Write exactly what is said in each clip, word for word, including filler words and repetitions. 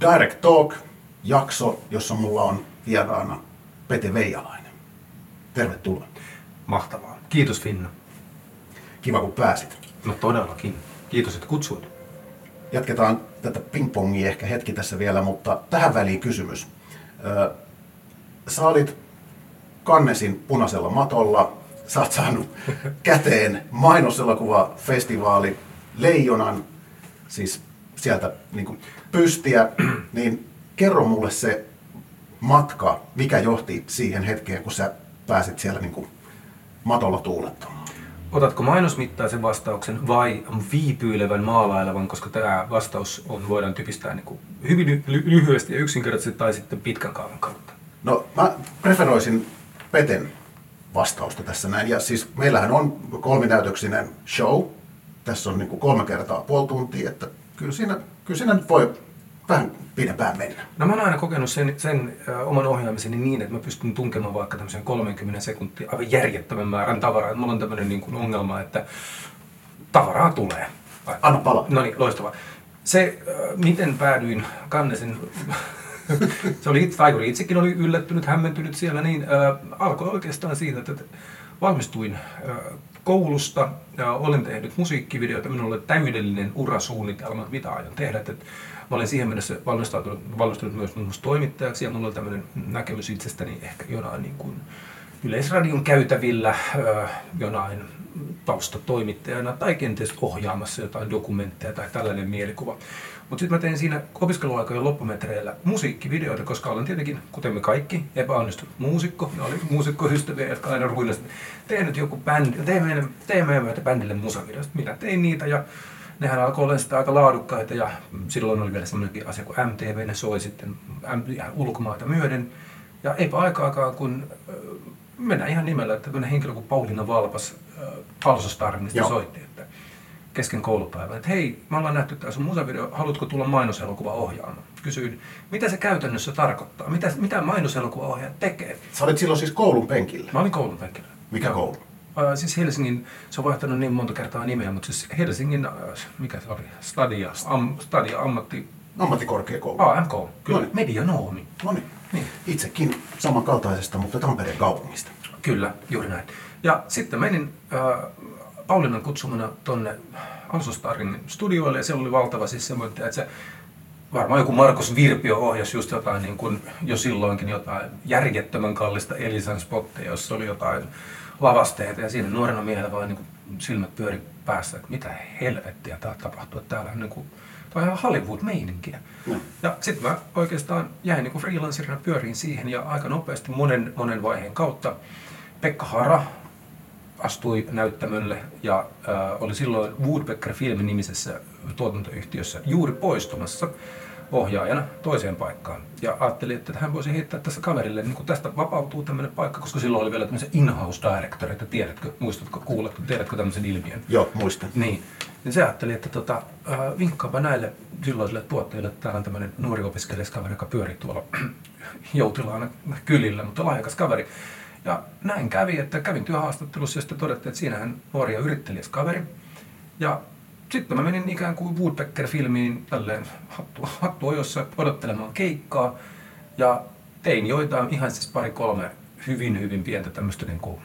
Direct Talk-jakso, jossa mulla on vieraana Pete Veijalainen. Tervetuloa. Mahtavaa. Kiitos Finna. Kiva kun pääsit. No todellakin. Kiitos, että kutsuit. Jatketaan tätä pingpongia ehkä hetki tässä vielä, mutta tähän väliin kysymys. Sä olit Cannesin punaisella matolla, sä oot saanut käteen mainoselokuvafestivaali Leijonan, siis sieltä niin kuin pystiä, niin kerro mulle se matka, mikä johti siihen hetkeen, kun sä pääsit siellä niin kuin matolla tuulettamaan. Otatko mainosmittaisen vastauksen vai viipyilevän maalailevan, koska tämä vastaus on, voidaan typistää niin kuin hyvin lyhyesti ja yksinkertaisesti tai sitten pitkän kaavan kautta? No mä preferoisin Peten vastausta tässä näin. Ja siis meillähän on kolminäytöksinen show. Tässä on niin kuin kolme kertaa puoli tuntia, että kyllä siinä, kyllä siinä nyt voi vähän pidempään mennä. No mä oon aina kokenut sen, sen äh, oman ohjaamiseni niin, että mä pystyn tunkemaan vaikka tämmöisen kolmekymmentä sekuntia aivan järjettömän määrän tavaraa. Mulla on tämmöinen niin kuin ongelma, että tavaraa tulee. Anna palaa. No niin, loistavaa. Se, äh, miten päädyin Cannesen, se oli taikuri itsekin oli yllättynyt, hämmentynyt siellä, niin äh, alkoi oikeastaan siitä, että valmistuin äh, koulusta ja olen tehnyt musiikkivideoita. Minulla oli täydellinen urasuunnitelma, mitä aion tehdä. Että mä olen siihen mennessä valmistunut, valmistunut myös muun muassa toimittajaksi ja minulla oli tämmöinen näkemys itsestäni ehkä jonain niin kuin Yleisradion käytävillä, jonain taustatoimittajana tai kenties ohjaamassa jotain dokumentteja tai tällainen mielikuva. Mutta sitten mä tein siinä opiskeluaikojen loppumetreillä musiikkivideoita, koska olen tietenkin, kuten me kaikki, epäonnistunut muusikko. Ne oli muusikkoystäviä, jotka aina ruinasivat, tee nyt joku bändi, tee meidän, tee meidän bändille musavideoita. Minä tein niitä ja nehän alkoi olla sitä aika laadukkaita ja silloin oli vielä semmoinenkin asia kuin M T V, ne soi sitten ulkomaita myöden. Ja eipä aikaakaan, kun mennään ihan nimellä, että tämmöinen henkilö kuin Pauliina Valpas Alsostarinista soitti, että kesken koulupäivän, että hei, me ollaan nähty tää sun musavideo, haluatko tulla mainoselokuva ohjaamaan? Kysyin, mitä se käytännössä tarkoittaa? Mitä, mitä mainoselokuva ohjaaja tekee? Sä olit silloin siis koulun penkillä? Mä olin koulun penkillä. Mikä ja, koulu? Äh, siis Helsingin, se on vaihtanut niin monta kertaa nimeä, mutta siis Helsingin, äh, mikä se oli? Stadia, am, Stadia ammatti... Ammattikorkeakoulu. A M K, kyllä. Noniin. Medianoomi. No niin. Itsekin samankaltaisesta, mutta Tampereen kaupungista. Kyllä, juuri näin. Ja sitten menin äh, Paulinan kutsumana tonne Alsostarin studioille ja siellä oli valtava siis semmoinen, että se varmaan joku Markus Virpio ohjasi just jotain niin kuin jo silloinkin jotain järjettömän kallista Elisan spotteja, jossa oli jotain lavasteita ja siinä nuorena miehellä vaan niin kuin silmät pyöri päässä, että mitä helvettiä tää tapahtuu, että täällä on niin kuin, tää on ihan Hollywood-meininkiä. No. Ja sitten mä oikeastaan jäin niin kuin freelancerina pyöriin siihen ja aika nopeasti monen, monen vaiheen kautta Pekka Hara astui näyttämölle ja äh, oli silloin Woodpecker Film-nimisessä tuotantoyhtiössä juuri poistumassa ohjaajana toiseen paikkaan. Ja ajattelin, että hän voisi heittää tässä kaverille, niin kun tästä vapautuu tämmöinen paikka, koska silloin oli vielä tämmöisen in-house director, että tiedätkö, muistatko, kuuletko, tiedätkö tämmöisen ilmiön? Joo, muistan. Niin. Niin se ajatteli, että tota, äh, vinkkaapa näille silloisille tuottajille, että täällä on tämmöinen nuori opiskelijaskaveri, joka pyörii tuolla Joutilaana kylillä, mutta lahjakas kaveri. Ja näin kävi, että kävin työhaastattelussa ja sitten todettiin, että siinähän nuori ja yrittelijäs kaveri. Ja sitten mä menin ikään kuin Woodpecker-filmiin tälleen hattu, hattuojossa odottelemaan keikkaa. Ja tein joitain ihan siis pari kolme hyvin hyvin pientä tämmöistä niin kuin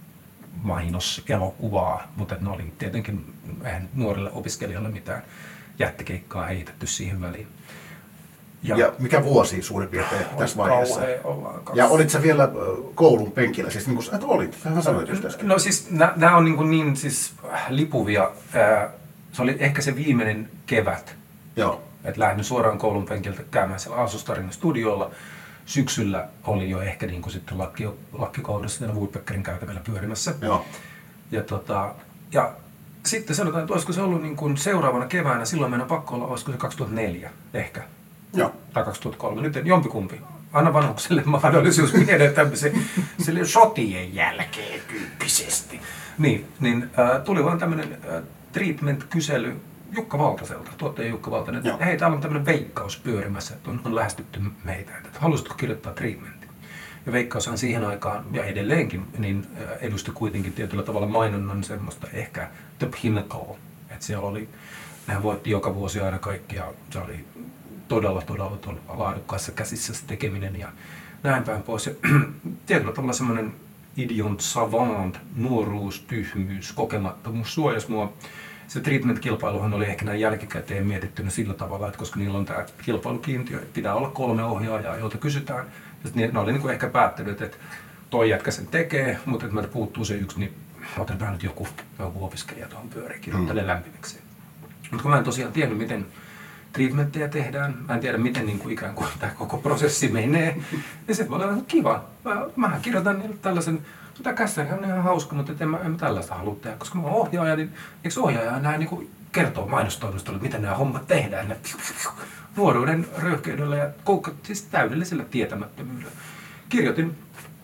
mainoselokuvaa. Mutta ne oli tietenkin eihän nuorille opiskelijalle mitään jättikeikkaa heitetty siihen väliin. Ja, ja mikä vuosi suurin piirtein tässä vaiheessa? Kauhea, ja olit sä vielä koulun penkillä? Siis niin kuin sä olit, sähän sanoit just äsken. No siis nämä on niin, kuin niin siis lipuvia. Se oli ehkä se viimeinen kevät. Joo. Että lähdin suoraan koulun penkiltä käymään siellä Alsostarin studiolla. Syksyllä oli jo ehkä niin kuin sitten lakki, lakkikohdassa siellä Woodpeckerin käytävällä pyörimässä. Joo. Ja, tota, ja sitten sanotaan, että olisiko se ollut niin kuin seuraavana keväänä, silloin meidän pakko olla, olisiko se kaksituhattaneljä ehkä. Joo. Tai kaksituhattakolme, nyt jompikumpi. Anna vanhukselle mahdollisuus viedä tämmöisen sotien jälkeen tyyppisesti. Niin, niin äh, tuli vaan tämmöinen äh, treatment-kysely Jukka Valtaselta, tuottaja Jukka Valtanen, että Joo. hei, täällä on tämmöinen Veikkaus pyörimässä, että on, on lähestytty meitä, että haluaisitko kirjoittaa treatmentin? Ja Veikkaushan siihen aikaan, ja edelleenkin, niin äh, edusti kuitenkin tietyllä tavalla mainonnan semmoista ehkä the pinnacle, että siellä oli, nehän voitti joka vuosi aina kaikki, ja se oli todella, todella, todella laadukkaissa käsissä se tekeminen ja näin päin pois. Ja tietyllä tavalla semmoinen idiot savant, nuoruus, tyhmyys, kokemattomuus suojasi mua. Se treatment-kilpailuhan oli ehkä näin jälkikäteen mietittynä sillä tavalla, että koska niillä on tämä kilpailukiintiö, että pitää olla kolme ohjaajaa, joilta kysytään. Ja ne oli niin kuin ehkä päättänyt, että toi jätkä sen tekee, mutta että meiltä puuttuu se yksi, niin otetaan nyt joku, joku opiskelija tuohon pyöriin, kirjoittelee mm. lämpimikseen. Mutta kun mä en tosiaan tiennyt, miten treatmentteja tehdään, mä en tiedä, miten niin kuin ikään kuin tämä koko prosessi menee, niin se voi olla kiva. Mä, mähän kirjoitan niille tällaisen, tämä kässärihän on ihan hauska, mutta en mä, en mä tällaista halua tehdä, koska mä oon ohjaaja, niin eikö ohjaaja näin niin kuin kertoo mainostoimistolle, miten nämä hommat tehdään, ne nuoruuden röyhkeydellä ja siis täydellisellä tietämättömyydellä. Kirjoitin,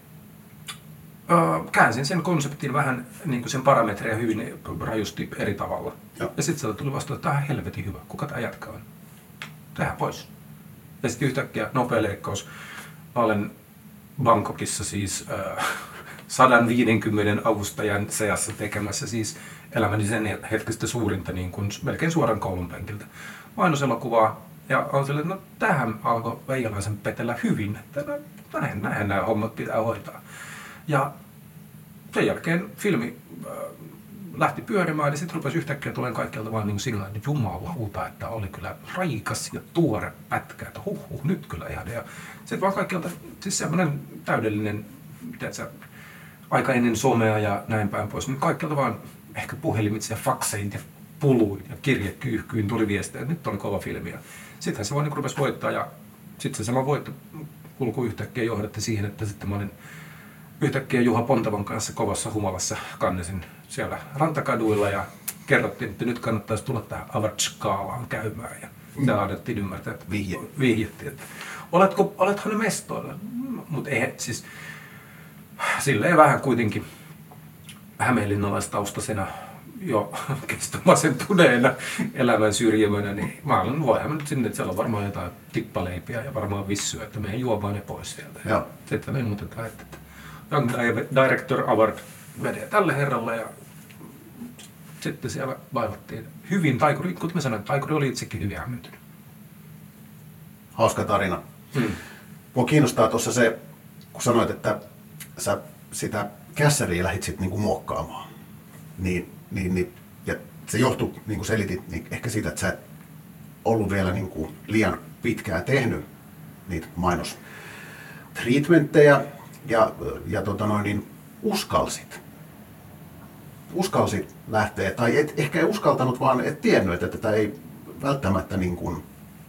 äh, käänsin sen konseptin vähän niin kuin sen parametreja hyvin rajusti eri tavalla. Ja, ja sitten sieltä tuli vastaan, että tämä on helvetin hyvä, kuka tämä jatkaa on? Tehdään pois. Ja sitten yhtäkkiä nopea leikkaus. Mä olen Bangkokissa siis äh, sata viisikymmentä avustajan seassa tekemässä siis elämäni sen hetkestä suurinta niin kuin melkein suoran koulun penkiltä mainoselokuvaa. Ja on silleen, että no tämähän alkoi Veijalaisen petellä hyvin, että no, näin, näin nämä hommat pitää hoitaa. Ja sen jälkeen filmi äh, lähti pyörimään, ja sitten rupesi yhtäkkiä tulemaan kaikkialta vaan niin sillä että jumalauta, että oli kyllä raikas ja tuore pätkä, että huh huh, nyt kyllä ihan. Ja sitten vaan kaikkialta, siis semmoinen täydellinen, tiedätkö, aika ennen somea ja näin päin pois, niin kaikkialta vaan ehkä puhelimitse ja faksein ja puluin ja kirjekyyhkyin tuli viestejä, että nyt oli kova filmi. Sittenhän se vaan niin rupesi voittaa, ja sitten se sama voitto kulku yhtäkkiä johdatti siihen, että sitten mä olin yhtäkkiä Juha Pontavan kanssa kovassa humalassa kannesin siellä rantakaduilla ja kerrottiin, että nyt kannattaisi tulla tähän Avatskaalaan käymään. Ja siellä annettiin ymmärtää, että Vihje. vihjettiin, että oletko, olethan ne mestoilla? Mutta ei siis silleen vähän kuitenkin hämeenlinnalaistaustaisena jo kestomasentuneena elämän syrjimönä, niin mä olen voihan nyt sinne, että siellä on varmaan jotain tippaleipiä ja varmaan vissyä, että meidän juomaan ne pois sieltä. Ja sitten me ilmoitetaan, että Young Director Award menee tälle herralle ja sitten siellä vaivattiin hyvin. Taikuri, kuten mä sanoin, Taikuri oli itsekin hyvin hämmentynyt. Hauska tarina. Hmm. Mua kiinnostaa tuossa se, kun sanoit, että sä sitä kässäriä lähdit sitten niinku muokkaamaan. Niin, niin, niin, ja se johtui, niin kuin selitit, niin ehkä siitä, että sä et ollut vielä niinku liian pitkään tehnyt niitä mainostreatmentteja. Ja, ja tota noin, niin uskalsit. Uskalsit lähteä, tai et ehkä ei uskaltanut, vaan et tiennyt, että tätä ei välttämättä niin kuin,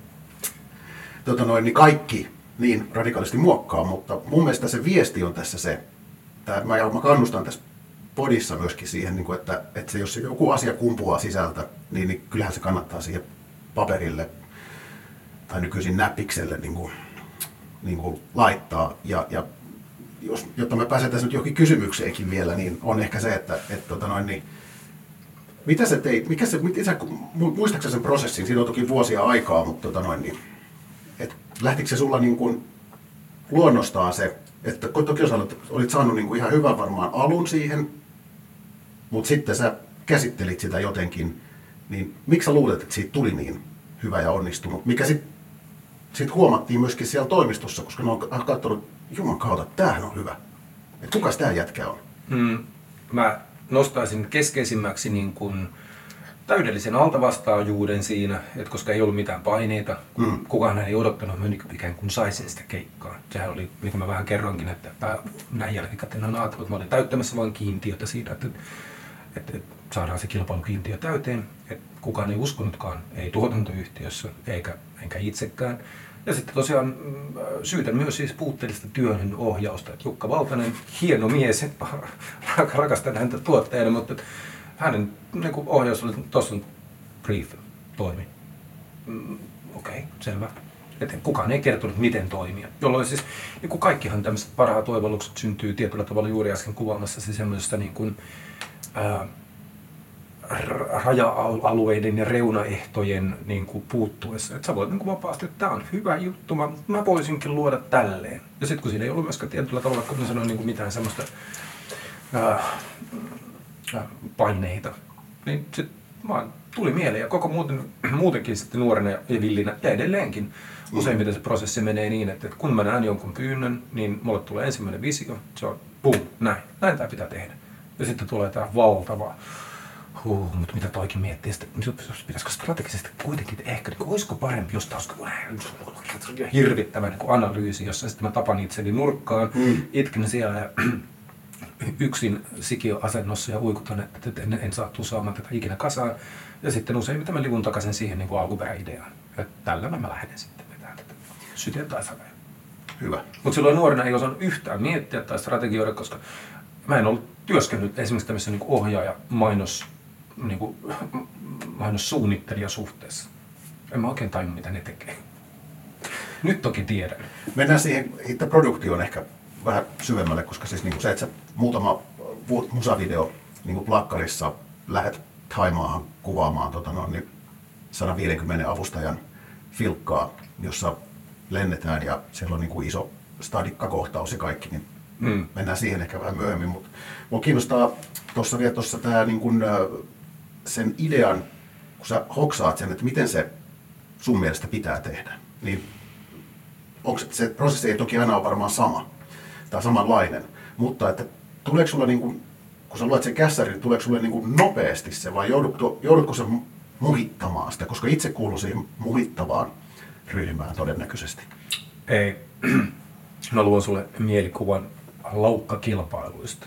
tota noin, niin kaikki niin radikaalisti muokkaa, mutta mun mielestä se viesti on tässä se, että mä, mä kannustan tässä podissa myöskin siihen, niin kuin, että, että se, jos joku asia kumpuaa sisältä, niin, niin kyllähän se kannattaa siihen paperille tai nykyisin näppikselle niin kuin, niin kuin laittaa. Ja, ja jos, jotta me pääsetään nyt johonkin kysymykseenkin vielä, niin on ehkä se, että et, tota noin, niin, mitä sä teit, mikä se, mitä sä, muistaaksä sen prosessin, siinä on toki vuosia aikaa, mutta tota noin, niin, et, lähtikö se sulla niin kuin luonnostaan se, että toki jos olit, olit saanut niin kuin ihan hyvän varmaan alun siihen, mutta sitten sä käsittelit sitä jotenkin, niin miksi sä luulet, että siitä tuli niin hyvä ja onnistunut, mikä sitten sit huomattiin myöskin siellä toimistossa, koska ne on katsonut, juman kautta, tämähän on hyvä. Et kukas tää jätkä on? Mm, mä nostaisin keskeisimmäksi niin kuin täydellisen altavastaajuuden siinä, että koska ei ollut mitään paineita, mm. kukaan ei odottanut, että mä ikään kuin saisin sitä keikkaa. Sehän oli, mikä mä vähän kerroinkin, että näin jälkikäteen on ajatellut, että mä olin täyttämässä vain kiintiötä siitä, että, että, että saadaan se kilpailukiintiö täyteen. Että kukaan ei uskonutkaan, ei tuotantoyhtiössä eikä, eikä itsekään. Ja sitten tosiaan syytän myös siis puutteellista työn ohjausta. Että Jukka Valtanen, hieno mies, rakastan häntä tuottajana, mutta hänen niin kuin ohjaus oli, tuossa on brief, toimi. Mm, Okei, okay, selvä. Et kukaan ei kertonut, miten toimia. Jolloin siis, niin kuin kaikkihan tämmöiset parhaat oivallukset syntyy tietyllä tavalla juuri äsken kuvaamassa se semmoisesta niin kuin, ää, raja-alueiden ja reunaehtojen niin kuin puuttuessa. Että sä voit niin kuin vapaasti, että tämä on hyvä juttu, mä, mä voisinkin luoda tälleen. Ja sitten kun siinä ei ollut myöskään tietyllä tavalla, kun mä sanoin niin kuin mitään semmoista ää, ää, paineita, niin sitten vaan tuli mieleen ja koko muuten, muutenkin sitten nuorena ja villinä ja edelleenkin useimmiten se prosessi menee niin, että kun mä näen jonkun pyynnön, niin mulle tulee ensimmäinen visio, se on pum, näin, näin tää pitää tehdä. Ja sitten tulee tää valtava, huh, mutta mitä toikin miettii, että pitäisikö strategisesti kuitenkin ehkä, niin olisiko parempi, jos taas hirvittävä niin analyysi, jossa sitten mä tapan itseni nurkkaan, mm. itken siellä ja yksin sikioasennossa ja uikutan, että en, en saa tusaamaan tätä ikinä kasaan. Ja sitten useimmiten mä livun takaisin siihen niin kuin alkuperäideaan. Ja tällä mä lähden sitten vetämään tätä syteen tai sanoja. Hyvä. Mutta silloin nuorena ei osannut yhtään miettiä tai strategioida, koska mä en ollut työskennellyt esimerkiksi tämmöisessä niin kuin ohjaaja, mainos, niin kuin, mainossuunnittelijasuhteessa. En mä oikein tajua, mitä ne tekee. Nyt toki tiedän. Mennään siihen itse produktioon ehkä vähän syvemmälle, koska siis niin kuin se, että sä muutama musavideo niin kuin plakkarissa lähdet Taimaahan kuvaamaan tota, no, niin sata viisikymmentä avustajan filkkaa, jossa lennetään ja siellä on niin kuin iso stadikkakohtaus ja kaikki, niin mm. mennään siihen ehkä vähän myöhemmin. Mutta minua kiinnostaa tuossa vielä tuossa tämä niin kuin, sen idean, kun sä hoksaat sen, että miten se sun mielestä pitää tehdä, niin onko se prosessi ei toki aina ole varmaan sama tai samanlainen, mutta että tuleeko sulla niin kuin, kun sä luet sen kässärin, niin tuleeko sulle niin kuin nopeasti se vai joudutko, joudutko sä muhittamaan sitä, koska itse kuuluu siihen muhittavaan ryhmään todennäköisesti? Ei. Mä luon sulle mielikuvan laukkakilpailuista.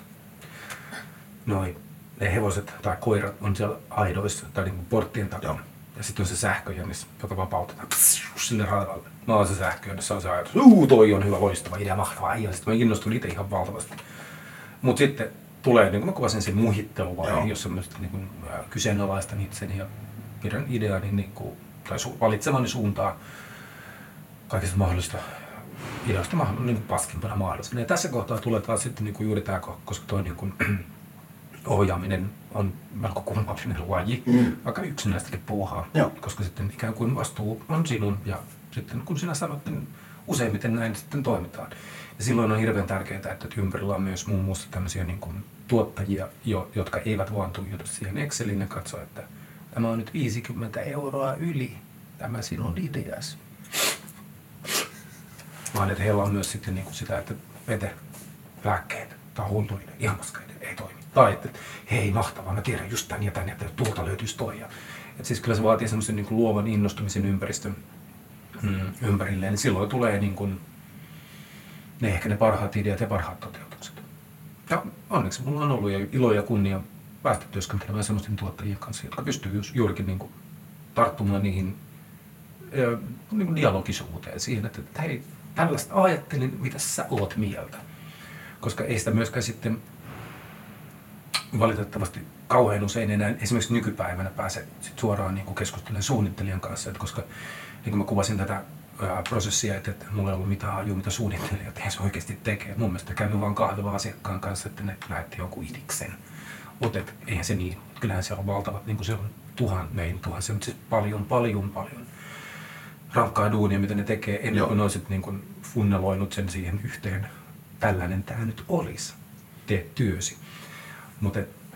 Noi, ne hevoset tai koirat on siellä aidoissa tai niin kuin porttien takana. Ja sitten on se sähköjännis, joka vapautetaan sille radalle. Mä oon se sähköjännis, on se ajatus. Uu, toi on hyvä, loistava idea, mahtava. Ja sitten mä innostun itse ihan valtavasti. Mut sitten tulee, niin kuin mä kuvasin sen muhitteluvaihe, jossa mä niin kuin, äh, kyseenalaistan itseni ja pidän ideani niin kuin, tai su- valitsemani suuntaan kaikista mahdollista ideoista niin kuin paskimpana mahdollista. Ja tässä kohtaa tulee taas sitten niin kuin juuri tämä, koska toi niin kuin, ohjaaminen on melko kummallinen laji, mm. aika yksinäistäkin puuhaa, Joo. koska sitten ikään kuin vastuu on sinun ja sitten kun sinä sanot, niin useimmiten näin sitten toimitaan. Ja silloin on hirveän tärkeää, että ympärillä on myös muun muassa tämmöisiä niin kuin tuottajia, jo, jotka eivät vaan tuijota siihen Exceliin ja katsoa, että tämä on nyt viisikymmentä euroa yli, tämä sinun ideasi. Vaan että heillä on myös sitten niin kuin sitä, että vete, lääkkeet tai huoltoiden, ilmaskaiden ei toimi. Tai että hei mahtavaa, mä tiedän just tän ja tän, että tuolta löytyisi toi. Ja, et siis kyllä se vaatii semmoisen niin kuin luovan innostumisen ympäristön mm, ympärilleen, niin silloin tulee niin kuin ne ehkä ne parhaat ideat ja parhaat toteutukset. Ja onneksi mulla on ollut ilo ja kunnia päästä työskentelemään semmoisten tuottajien kanssa, jotka pystyy juurikin niin kuin tarttumaan niihin ja, niin kuin dialogisuuteen siihen, että, että hei, tällaista ajattelin, mitä sä oot mieltä. Koska ei sitä myöskään sitten valitettavasti kauhean usein enää esimerkiksi nykypäivänä pääse sit suoraan niin kuin keskustelemaan suunnittelijan kanssa, että koska niin kuin mä kuvasin tätä ää, prosessia, että, että mulla ei ollut mitään hajua, mitä suunnittelijat eihän se oikeasti tekee. Mun mielestä kävi vaan kahvilla asiakkaan kanssa, että ne lähetti jonkun idiksen. Otet, eihän se niin. Kyllähän siellä on valtavat, niin kuin se on tuhannein tuhansia, mutta siis paljon, paljon, paljon rankkaa duunia, mitä ne tekee ennen Joo. kuin ne olisit niin kuin funneloinut sen siihen yhteen. Tällainen tämä nyt olisi. Tee työsi. Mutta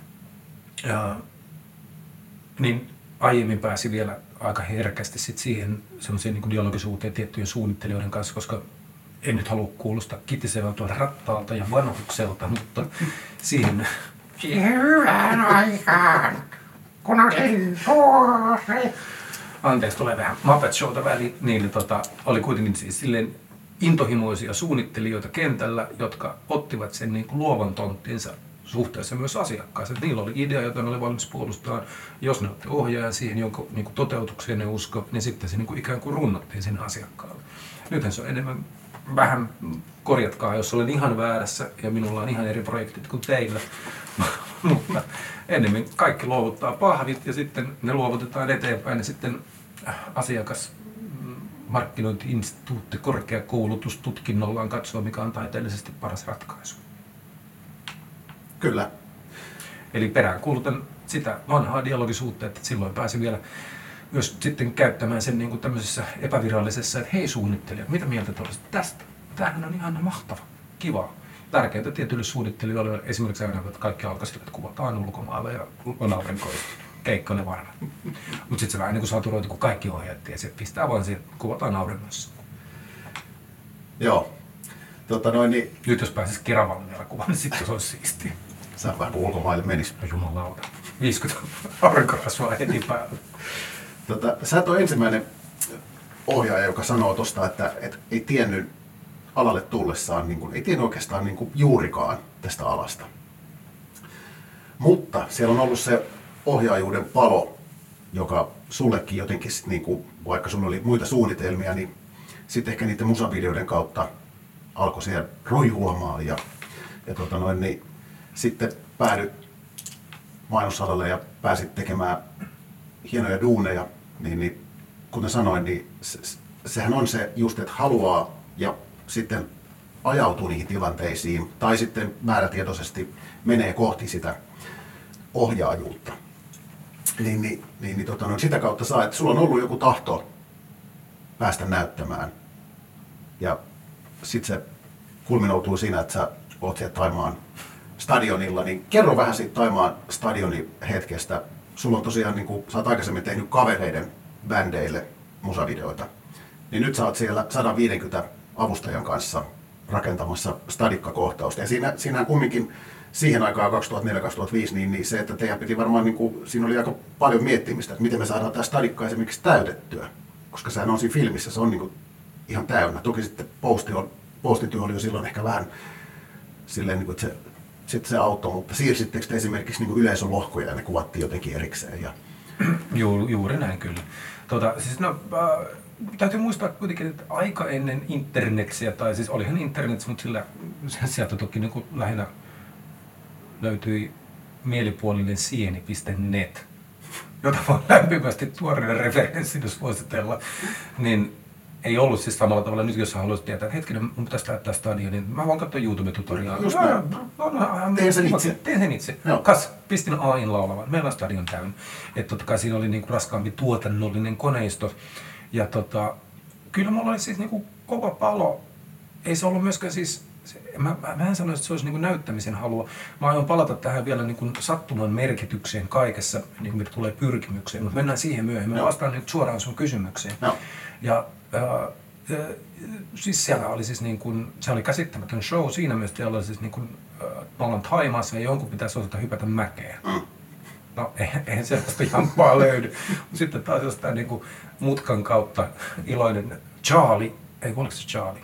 niin aiemmin pääsi vielä aika herkästi sit siihen semmoiseen niin kuin dialogisuuteen tiettyjen suunnittelijoiden kanssa, koska en nyt halua kuulostaa kitisevältä rattaalta ja vanhukselta, mutta siihen siihen hyvään aikaan, kun olin nuori. Anteeksi, tulee vähän Muppet Showta väliin, niin tota, oli kuitenkin siis silleen intohimoisia suunnittelijoita kentällä, jotka ottivat sen niin kuin luovan tonttinsa suhteessa myös asiakkaaseen. Niillä oli idea, jota ne oli valmis puolustamaan. Jos ne otti ohjaajan siihen jonkun niin kuin toteutukseen ne usko, niin sitten se niin kuin ikään kuin runnottiin sinne asiakkaalle. Nythän se on enemmän vähän, korjatkaa, jos olen ihan väärässä ja minulla on ihan eri projektit kuin teillä. Mutta enemmän kaikki luovuttaa pahvit ja sitten ne luovutetaan eteenpäin ja sitten asiakas markkinointi-instituutti korkeakoulutustutkinnollaan katsoo, mikä on taiteellisesti paras ratkaisu. Kyllä. Eli peräänkuulutan sitä vanhaa dialogisuutta, että silloin pääsi vielä myös sitten käyttämään sen niin kuin tämmöisessä epävirallisessa, että hei suunnittelija, mitä mieltä te olisitte tästä? Tämähän on ihan mahtava, kivaa. Tärkeintä tietyille suunnittelijoille esimerkiksi aina, että kaikki alkaisivat, että kuvataan ulkomailla ja on aurinkoista. Keikkonen varma. Mutta sitten se vähän niin kuin saturoitu, kun kaikki ohjaat tiesi, että pistää vaan siihen, kuvataan auringossa. Joo. Tota noin, niin... Nyt jos pääsis Keravalle vielä kuvaan, niin sitten se olisi siistiä. Sä vähän kun ulkomaille menis. Jumalauta. viisikymmentä aurinkorasvaa heti päällä. Tota, sä et ole ensimmäinen ohjaaja, joka sanoo tosta, että et ei tiennyt alalle tullessaan, niin kun, ei tiennyt oikeastaan niin kun juurikaan tästä alasta. Mutta siellä on ollut se ohjaajuuden palo, joka sullekin jotenkin, niin kun, vaikka sun oli muita suunnitelmia, niin sitten ehkä niiden musavideoiden kautta alkoi siellä roihuamaan ja, ja tota noin, niin sitten päädyt mainosalalle ja pääsit tekemään hienoja duuneja, niin, niin kuten sanoin, niin se, sehän on se just, että haluaa ja sitten ajautuu niihin tilanteisiin tai sitten määrätietoisesti menee kohti sitä ohjaajuutta. Niin, niin, niin, niin tota, no, sitä kautta saa, että sulla on ollut joku tahto päästä näyttämään ja sitten se kulminoutuu siinä, että sä oot siellä Thaimaan stadionilla, niin kerro vähän siitä Thaimaan stadionin hetkestä. Sulla on tosiaan, niin kuin sä oot aikaisemmin tehnyt kavereiden bändeille musavideoita, niin nyt sä oot siellä sata viisikymmentä avustajan kanssa rakentamassa stadikkakohtausta. Ja siinä, siinä kumminkin siihen aikaan kaksituhattaneljä kaksituhattaviisi, niin, niin se, että teidän piti varmaan, niin kuin, siinä oli aika paljon miettimistä, että miten me saadaan tämä stadikka esimerkiksi täytettyä. Koska sehän on siinä filmissä, se on niin kuin ihan täynnä. Toki sitten posti on, postityö oli jo silloin ehkä vähän silleen, niin kuin, että se, sitten se auttoi, mutta siirsittekö te esimerkiksi niin kuin yleisön lohkoja ja ne kuvattiin jotenkin erikseen? Ja... Ju, juuri näin kyllä. Tuota, siis no, äh, täytyy muistaa kuitenkin, että aika ennen internetsiä, tai siis olihan internet, mutta sillä sieltä toki niin kuin lähinnä löytyi mielipuolinen sieni piste net, jota vaan lämpimästi tuoreena referenssinä suositella, niin ei ollut siis samalla tavalla. Nyt jos haluaisit tietää, että hetkinen, mun pitäisi täyttää stadion, niin mä vaan katsoin YouTube-tutoriaalia. Just näin. No, no, Teen sen itse. Teen sen itse. Joo. Kas, pistin A in laulavan. Meillä on stadion täynnä. Että totta kai siinä oli niinku raskaampi tuotannollinen koneisto. Ja tota, kyllä mulla oli siis niinku kova palo. Ei se ollut myöskään siis, se, mä, mä en sanoisi, että se olisi niinku näyttämisen halua. Mä aion palata tähän vielä niinku sattuman merkitykseen kaikessa, niin kuin mitä tulee pyrkimykseen. Mutta mennään siihen myöhemmin. Mä vastaan nyt suoraan sun kysymykseen. No. Ja, äh, äh, siis siellä oli siis niin kuin, se oli käsittämätön show siinä mielessä, siellä oli siis niin kuin, äh, me ollaan Thaimaassa ja jonkun pitäisi osata hypätä mäkeä. Mm. No eihän sellaista jampaa löydy. Sitten taas jostain niin kuin mutkan kautta iloinen Charlie, ei oliko se Charlie?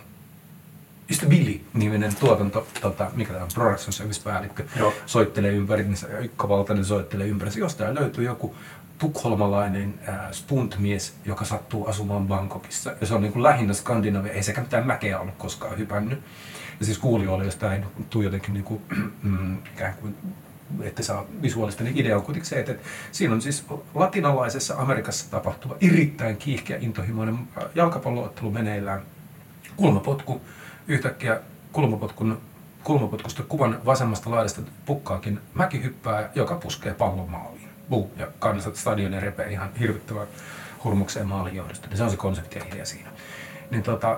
Just Billy-niminen tuotanto, tota, mikä tämä on, production service-päällikkö, Joo. soittelee ympäri, niin Ykkä Valtanen soittelee ympäri. Jostain löytyy joku tukholmalainen äh, stuntmies, joka sattuu asumaan Bangkokissa. Ja se on niin kuin lähinnä Skandinavia, ei sekä mitään mäkeä ollut koskaan hypännyt. Ja siis kuulijoille, jos tämä ei tule jotenkin niin kuin, mm, ikään kuin, että saa visuaalista, niin idea on kuitenkin se, että, että siinä on siis latinalaisessa Amerikassa tapahtuva erittäin kiihkeä intohimoinen jalkapalloottelu meneillään. Kulmapotku, yhtäkkiä kulmapotkun, kulmapotkusta kuvan vasemmasta laidasta pukkaakin mäkihyppää, joka puskee pallon maaliin. Buu, ja kansat stadionin repee ihan hirvittävän hurmukseen maalin johdosta. Se on se konsepti ja idea siinä. Niin tota,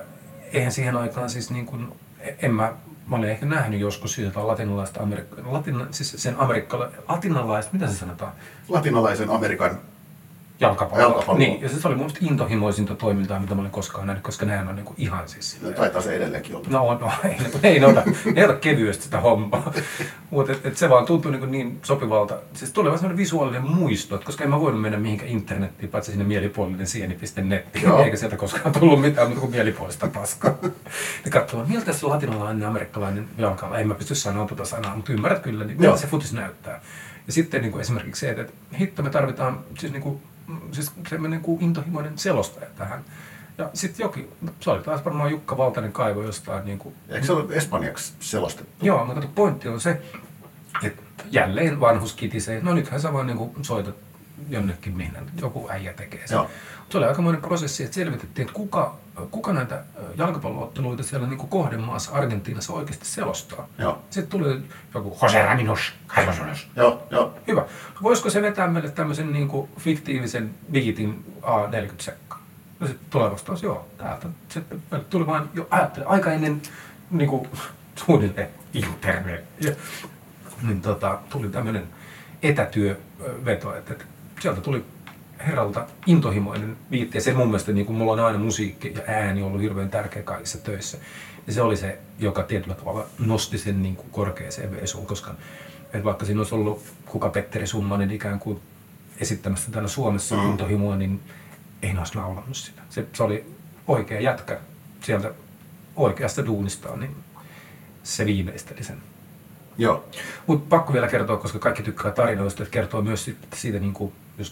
eihän siihen aikaan siis niin kuin, en mä, mä olin ehkä nähnyt joskus jotain latinalaista Amerikkaa, latina, siis sen amerikkala, latinalaista, mitä se sanotaan? Latinalaisen Amerikan jalkapallo. jalkapallo. Niin, ja se oli mun mielestä intohimoisinta toimintaa, mitä mä olin koskaan nähnyt, koska nehän on niinku ihan siis... No, taitaa se edelleenkin olla. No, no ei, ei, ne ota, ei ota kevyesti sitä hommaa. Mutta et, et se vaan tuntui niin, niin sopivalta. Siis tuli vaan sellainen visuaalinen muisto, että koska en mä voinut mennä mihinkään internettiin, paitsi sinne mielipuolinen sieni piste net, eikä sieltä koskaan tullut mitään muuta kuin mielipuolista paskaa. Ja katsomaan, miltä se latinalainen, amerikkalainen jalkalla, en mä pysty sanoa tuota sanaa, mutta ymmärrät kyllä, niin miltä se futis näyttää. Ja sitten niin kuin esimerkiksi se, että hitto me tarvitaan siis niin kuin, siis semmoinen kuin intohimoinen selostaja tähän. Ja sitten jokin, se oli taas varmaan Jukka Valtanen kaivo jostain niin kuin... Eikö se ole espanjaksi selostettu? Joo, mutta pointti on se, että jälleen vanhus kitisee, no nythän sä vaan niin kuin soitat jonnekin, mihin joku äijä tekee sen. Joo. Se oli aikamoinen prosessi, että selvitettiin, että kuka, kuka näitä jalkapallootteluita siellä niin kuin kohdemaassa Argentiinassa oikeasti selostaa. Joo. Sitten tuli joku Jose Raminos, Carlos. Joo, joo. Hyvä. Voisiko se vetää meille tämmöisen niin kuin fiktiivisen biitin A neljäkymmentä sekkaa? No sitten tulee vastaus, joo, täältä. Sitten tuli vaan jo ajattele, aika ennen niin kuin suunnilleen internet. Ja, niin tota, tuli tämmöinen etätyöveto. Että, että sieltä tuli herralta intohimoinen viitti, ja se mun mielestä, niin kuin mulla on aina musiikki ja ääni ollut hirveän tärkeä kaikissa töissä, ja se oli se, joka tietyllä tavalla nosti sen niin kuin korkeaseen vesuun, koska että vaikka siinä olisi ollut kuka Petteri Summanen ikään kuin esittämässä täällä Suomessa mm. intohimoa, niin ei ne olisi laulannut sitä. Se, se oli oikea jätkä sieltä oikeasta duunistaan, niin se viimeisteli sen. Joo. Mutta pakko vielä kertoa, koska kaikki tykkää tarinoista, että kertoo myös siitä, siitä niin kuin, just,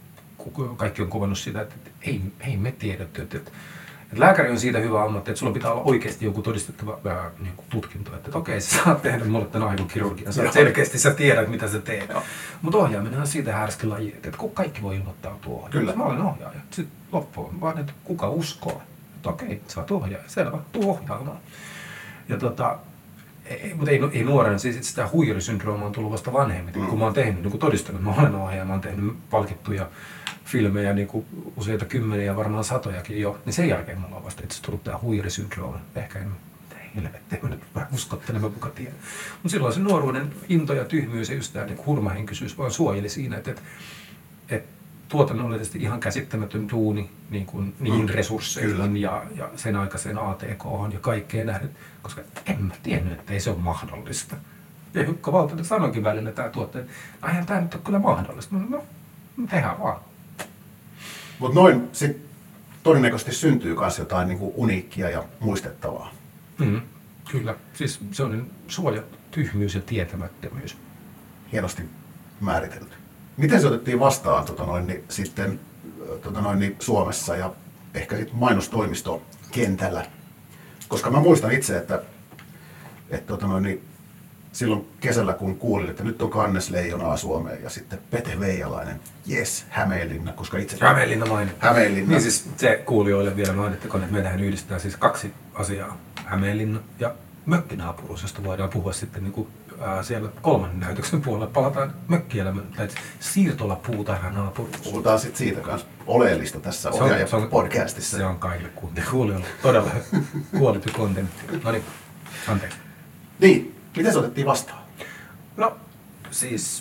kun kaikki on kuvannut sitä, että, että ei, ei me tiedetty. Että, että, että lääkäri on siitä hyvä ammatti, että sulla pitää olla oikeasti joku todistettava ää, niin kuin tutkinto. Että, että okei, sä saat tehdä mulle tämän aivokirurgian, sä selkeästi sä tiedät, mitä sä teet. Mutta ohjaaminen on siitä härski laji, että kun kaikki voi ilmoittautua ohjaaja. Kyllä. Mä olen ohjaaja. Sitten loppuun vaan, että kuka uskoo. Että okei, sä oot ohjaaja. Selvä, tuu ohjaamaan. Ja tota, ei, mutta ei, ei nuorena, siis sitä huijarisyndroomaa on tullut vasta vanhemmin, mm. kun mä oon tehnyt, niin kun todistanut, mä olen ohjaaja, mä oon tehnyt palkittuja filmejä, niin kuin useita kymmeniä, varmaan satojakin jo, niin sen jälkeen mulla on vasta itse tullut tää huijarisyndrooma. Ehkä en, helvetti, mä nyt vähän uskottelemaan, kuka tiedä. Mutta silloin se nuoruuden into ja tyhmyys ja just tää niin hurmahenkisyys vaan suojeli siinä, että, että, että tuotannollisesti ihan käsittämätön duuni niin kuin niihin mm. resursseihin ja, ja sen aikaiseen A T K:hon ja kaikkeen nähden, koska en mä tiennyt, että ei se ole mahdollista. Ja Jukka Valtonen sanoikin välillä tämä tuottaja, että aihan tämä nyt on kyllä mahdollista. No, no tehdään vaan. Mutta noin sitten todennäköisesti syntyy myös jotain niinku uniikkia ja muistettavaa. Mm, kyllä. Siis se on suoja, tyhmyys ja tietämättömyys. Hienosti määritelty. Miten se otettiin vastaan tota noin, niin, sitten tota noin, niin, Suomessa ja ehkä sitten mainostoimistokentällä? Koska mä muistan itse, että, että tota noin, niin, silloin kesällä kun kuulin, että nyt on Kannes Leijonaa Suomeen ja sitten Pete Veijalainen, jes, Hämeenlinna, koska itse... Hämeenlinna mainittu. Hämeenlinna. Niin siis se kuulijoille vielä mainittakoon, että meillähän yhdistetään siis kaksi asiaa, Hämeenlinna ja mökkinaapuruus, josta voidaan puhua sitten niin kuin, ää, siellä kolmannen näytöksen puolella. Palataan mökkielämään, tai siirtolapuutarha naapuruus. Puhutaan sitten siitä kanssa oleellista tässä ohjaaja-podcastissa. Se on kaikille kuulijoille todella kuolittu kontentti. No niin, anteeksi. Niin. Miten se otettiin vastaan? No, siis,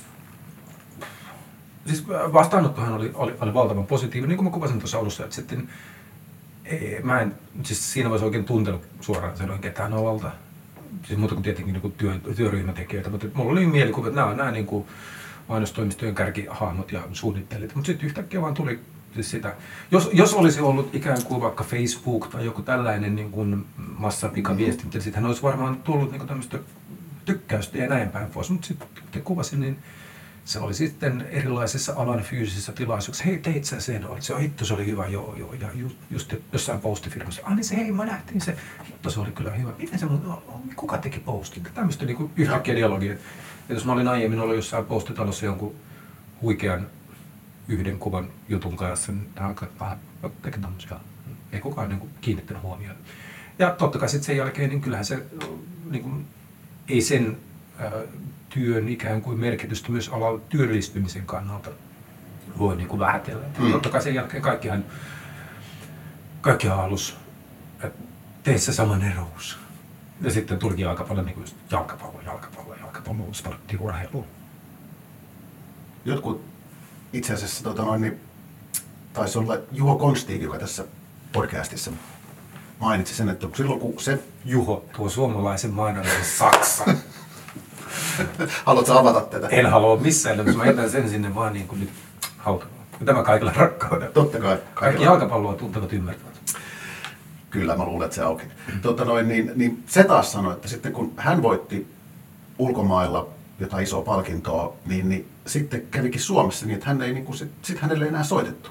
siis vastaanottohan oli, oli, oli valtavan positiivinen, niin kuin mä kuvasin tuossa alussa, että sitten ei, mä en siis siinä vaiheessa oikein tuntenut suoraan sanoen ketään alalta, siis muuta kuin tietenkin niin kuin työ, työryhmätekijöitä, mutta mulla oli mielikuva, että nämä on nämä niin kuin mainostoimistojen kärkihahmot ja suunnittelijat, mutta sitten yhtäkkiä vaan tuli siis sitä, jos, jos olisi ollut ikään kuin vaikka Facebook tai joku tällainen niin kuin massapikaviestintä, sittenhän olisi varmaan tullut niin kuin tämmöistä tykkäystä ja näin päin pois, mutta sitten kuvasin, niin se oli sitten erilaisissa alan fyysisissä tilaisuuksissa. Hei, teit sä sen? Se on hitto, se oli hyvä, joo, joo. Ja just, just jossain postifirmassa. Ah, niin se, hei, mä nähtiin se. Hitto, se oli kyllä hyvä. Miten se, kuka teki postin? Tämmöistä niin kuin yhtäkkiä dialogia. Ja jos mä olin aiemmin ollut jossain postitalossa jonkun huikean yhden kuvan jutun kanssa, niin tämä on vähän teki tämmöisiä. Ei kukaan niin kuin kiinnittänyt huomioon. Ja totta kai sitten sen jälkeen, niin kyllähän se niin kuin, ei sen ää, työn ikään kuin merkitystä myös alan työllistymisen kannalta voi niin kuin vähätellä. Mm. Totta kai sen jälkeen kaikkihan, kaikkihan halus, että tee se sama nerous. Ja sitten tulikin aika paljon niin kuin jalkapallo, jalkapallo, jalkapallo, sportti, urheilu. Jotkut itse asiassa tota noin, niin, taisi olla Juho Konstiik, joka tässä podcastissa mainitsi sen, että silloin kun se... Juho, tuo suomalaisen mainonnan Saksa. Haluatko avata tätä? En halua missään, mutta mä jätän sen sinne vaan niin kuin nyt hautamaan. Tämä kaikilla rakkaudella. Totta kai. Kaikki jalkapalloa tuntevat ymmärtävät. Kyllä, mä luulen, että se auki. Tota noin, niin, niin se taas sanoi, että sitten kun hän voitti ulkomailla jotain isoa palkintoa, niin, niin sitten kävikin Suomessa niin, että hän ei, niin kuin, sit, sit hänelle ei enää soitettu.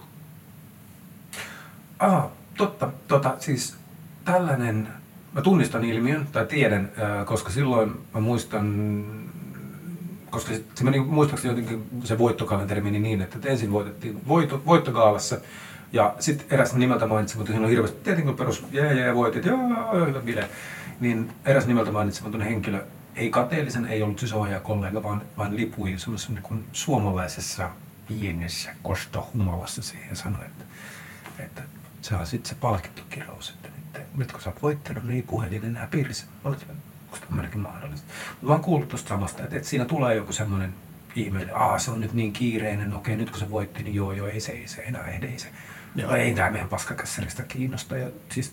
Ah, totta. Tota, siis tällainen, mä tunnistan ilmiön, tai tiedän, koska silloin mä muistan, koska se, se meni muistaakseni jotenkin se voittokalenteri meni niin, että ensin voitettiin voitto, voittogaalassa, ja sitten eräs nimeltä mainitsematon, siinä on hirveästi, tietenkin perus, jää, jää, voitit, jaa, hyvä bile, niin eräs nimeltä mainitsematon henkilö, ei kateellisen, ei ollut siis ohjaajakollega, vaan, vaan lipui semmoisessa niin kuin suomalaisessa pienessä kostohumalassa siihen ja sanoi, että, että se on sitten se palkintokirous, että nyt, nyt kun sä oot voittanut, niin ei puhelin enää piirissä. Onko tämmöinenkin mahdollista? Mutta vaan kuullut tuosta samasta, että, että siinä tulee joku semmoinen ihmeellinen, aa se on nyt niin kiireinen, okei nyt kun se voitti, niin joo joo, ei se, ei se enää ehdi, ei se. No ei tää meidän paskakässäristä kiinnosta ja siis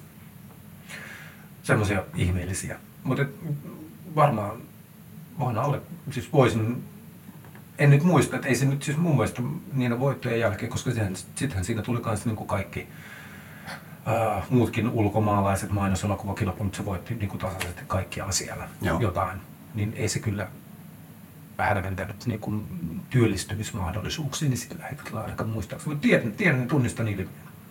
semmoisia ihmeellisiä. Mutta varmaan voin alle, siis voisin, en nyt muista, että ei se nyt siis mun mielestä niiden voittojen jälkeen, koska sittenhän siinä tuli kans niin kuin kaikki Uh, muutkin ulkomaalaiset mainoselokuvakilpailut, se voitti niin kuin tasaisesti kaikkialla siellä Joo. jotain, niin ei se kyllä hälventänyt niin kuin työllistymismahdollisuuksia niin sillä hetkellä ainakaan muistaakseni. Mutta tiedän, tiedän tunnistan niitä.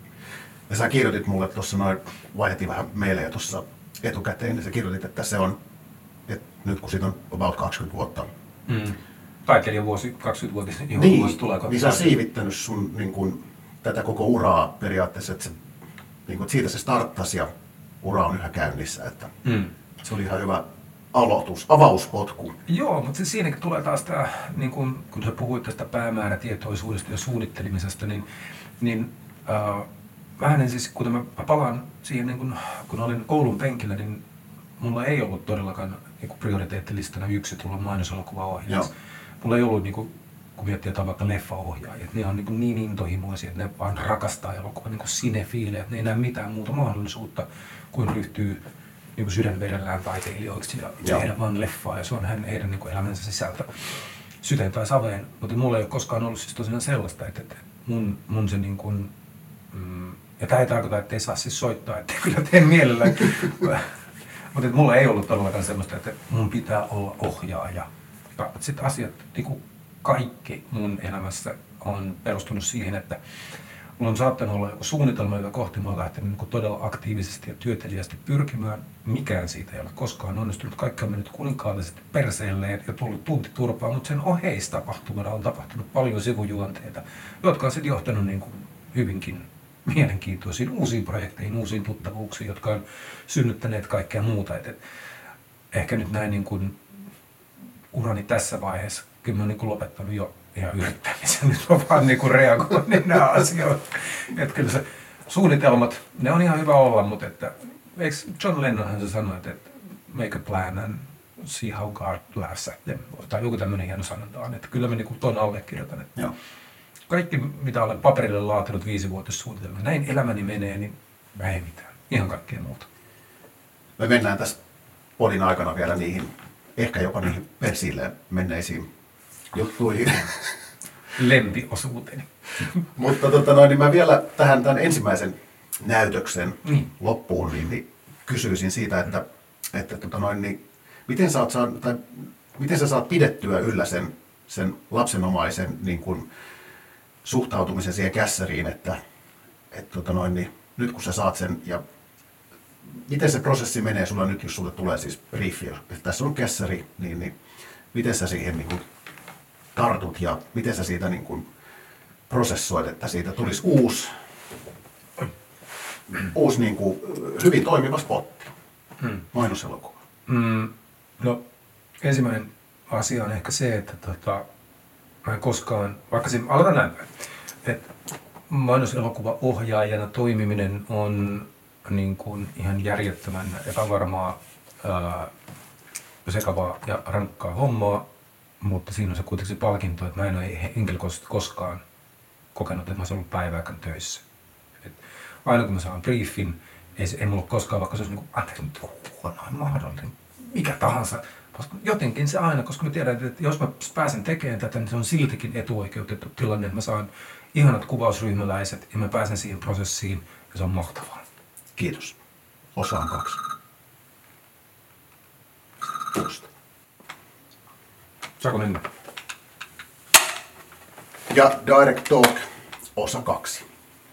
Ja sä kirjoitit mulle tuossa noin, vaihdettiin vähän meille jo tuossa etukäteen, niin sä kirjoitit, että se on, että nyt kun siitä on about kaksikymmentä vuotta. Mm. Taiteilijan vuosi, kaksikymmentä vuotta, niin, vuosi tulee. Niin sä oot siivittänyt sun niin kuin, tätä koko uraa periaatteessa, että se niin kuin, siitä se starttasi ja ura on yhä käynnissä, että mm. se oli ihan hyvä aloitus, avauspotku. Joo, mutta siis siinäkin tulee taas tämä, niin kun, kun sä puhuit tästä päämäärätietoisuudesta ja suunnittelemisesta, niin, niin äh, vähän siis, kun mä palaan siihen, niin kun, kun olin koulun penkillä, niin mulla ei ollut todellakaan niin prioriteettilistana yksi tulla mainoselokuvaohjaajaksi. Mulla ei ollut niin kun, kun miettii jotain vaikka leffaohjaajat, ne on niin, niin intohimoisia, että ne vaan rakastaa elokuvaa, niin kuin sinefiilejä, että ne ei näe mitään muuta mahdollisuutta kuin ryhtyy niin kuin sydänverellään taiteilijoiksi ja tehdä vaan leffaa, ja se on hän, heidän niin kuin elämänsä sisältö syteen tai saveen. Mutta mulla ei ole koskaan ollut siis tosiaan sellaista, että, että mun, mun se niin kuin, mm, ja tämä ei tarkoita, että ei saa siis soittaa, että kyllä teen mielellään, mutta mulla ei ollut todellakaan sellaista, että mun pitää olla ohjaaja. Ja sitten asiat, niin kuin kaikki mun elämässä on perustunut siihen, että mulla on saattanut olla joku suunnitelma, jota kohti mä oon lähtenyt niin todella aktiivisesti ja työteliästi pyrkimään. Mikään siitä ei ole koskaan onnistunut. Kaikki on mennyt kuninkaallisesti perseelleen ja tullut tuntiturpaan, mutta sen oheista tapahtumana on tapahtunut paljon sivujuonteita, jotka on sitten johtanut niin kuin hyvinkin mielenkiintoisiin uusiin projekteihin, uusiin tuttavuuksiin, jotka on synnyttäneet kaikkea muuta. Et, et, ehkä nyt näin niin kuin urani tässä vaiheessa, kyllä mä oon niin kuin lopettanut jo ihan yrittämisen, nyt mä vaan niin kuin reagoin niin nämä asioita. Että kyllä se suunnitelmat, ne on ihan hyvä olla, mutta että, eikö John Lennonhan se sanoi, että, että make a plan and see how God laughs at them, tai joku tämmöinen hieno sanonta on, että kyllä mä niin kuin ton allekirjoitan, että Joo. kaikki mitä olen paperille laatinut viisivuotissuunnitelma, näin elämäni menee, niin mä ei mitään, ihan kaikkea muuta. Me mennään tässä podin aikana vielä niihin, ehkä jopa niihin persilleen menneisiin juttuihin. Lempiosuuteni. Mutta tota noin, niin mä vielä tähän tämän ensimmäisen näytöksen mm. loppuun niin, niin kysyisin siitä, että, että tota noin, niin, miten, saat, tai miten sä saat pidettyä yllä sen, sen lapsenomaisen niin kuin, suhtautumisen siihen kässäriin, että et, tota noin, niin, nyt kun sä saat sen ja miten se prosessi menee sulla nyt, jos sulle tulee siis briefi, että tässä on kässäri, niin, niin miten sä siihen niin kuin, tartut ja miten sä siitä niin kuin, prosessoit, että siitä tulisi uusi, uusi niin kuin, hyvin toimiva spotti, hmm. mainoselokuva? Mm, no ensimmäinen asia on ehkä se, että tota, mä en koskaan, vaikka siinä, aloitan näin, että mainoselokuvaohjaajana toimiminen on niin kuin ihan järjettömän epävarmaa, ää, sekavaa ja rankkaa hommaa, mutta siinä on se kuitenkin se palkinto, että mä en ole henkilökohtaisesti koskaan kokenut, että mä olisin ollut päivääkään töissä. Et aina kun mä saan briefin, ei, ei mulla ole koskaan, vaikka se olisi niin kuin, anteeksi nyt huonoin mahdollinen, mikä tahansa. Jotenkin se aina, koska mä tiedän, että jos mä pääsen tekemään tätä, niin se on siltikin etuoikeutettu tilanne, että mä saan ihanat kuvausryhmäläiset ja mä pääsen siihen prosessiin ja se on mahtavaa. Kiitos. Osaan kaksi. Just. Saako mennä? Ja Direct Talk, osa kaksi.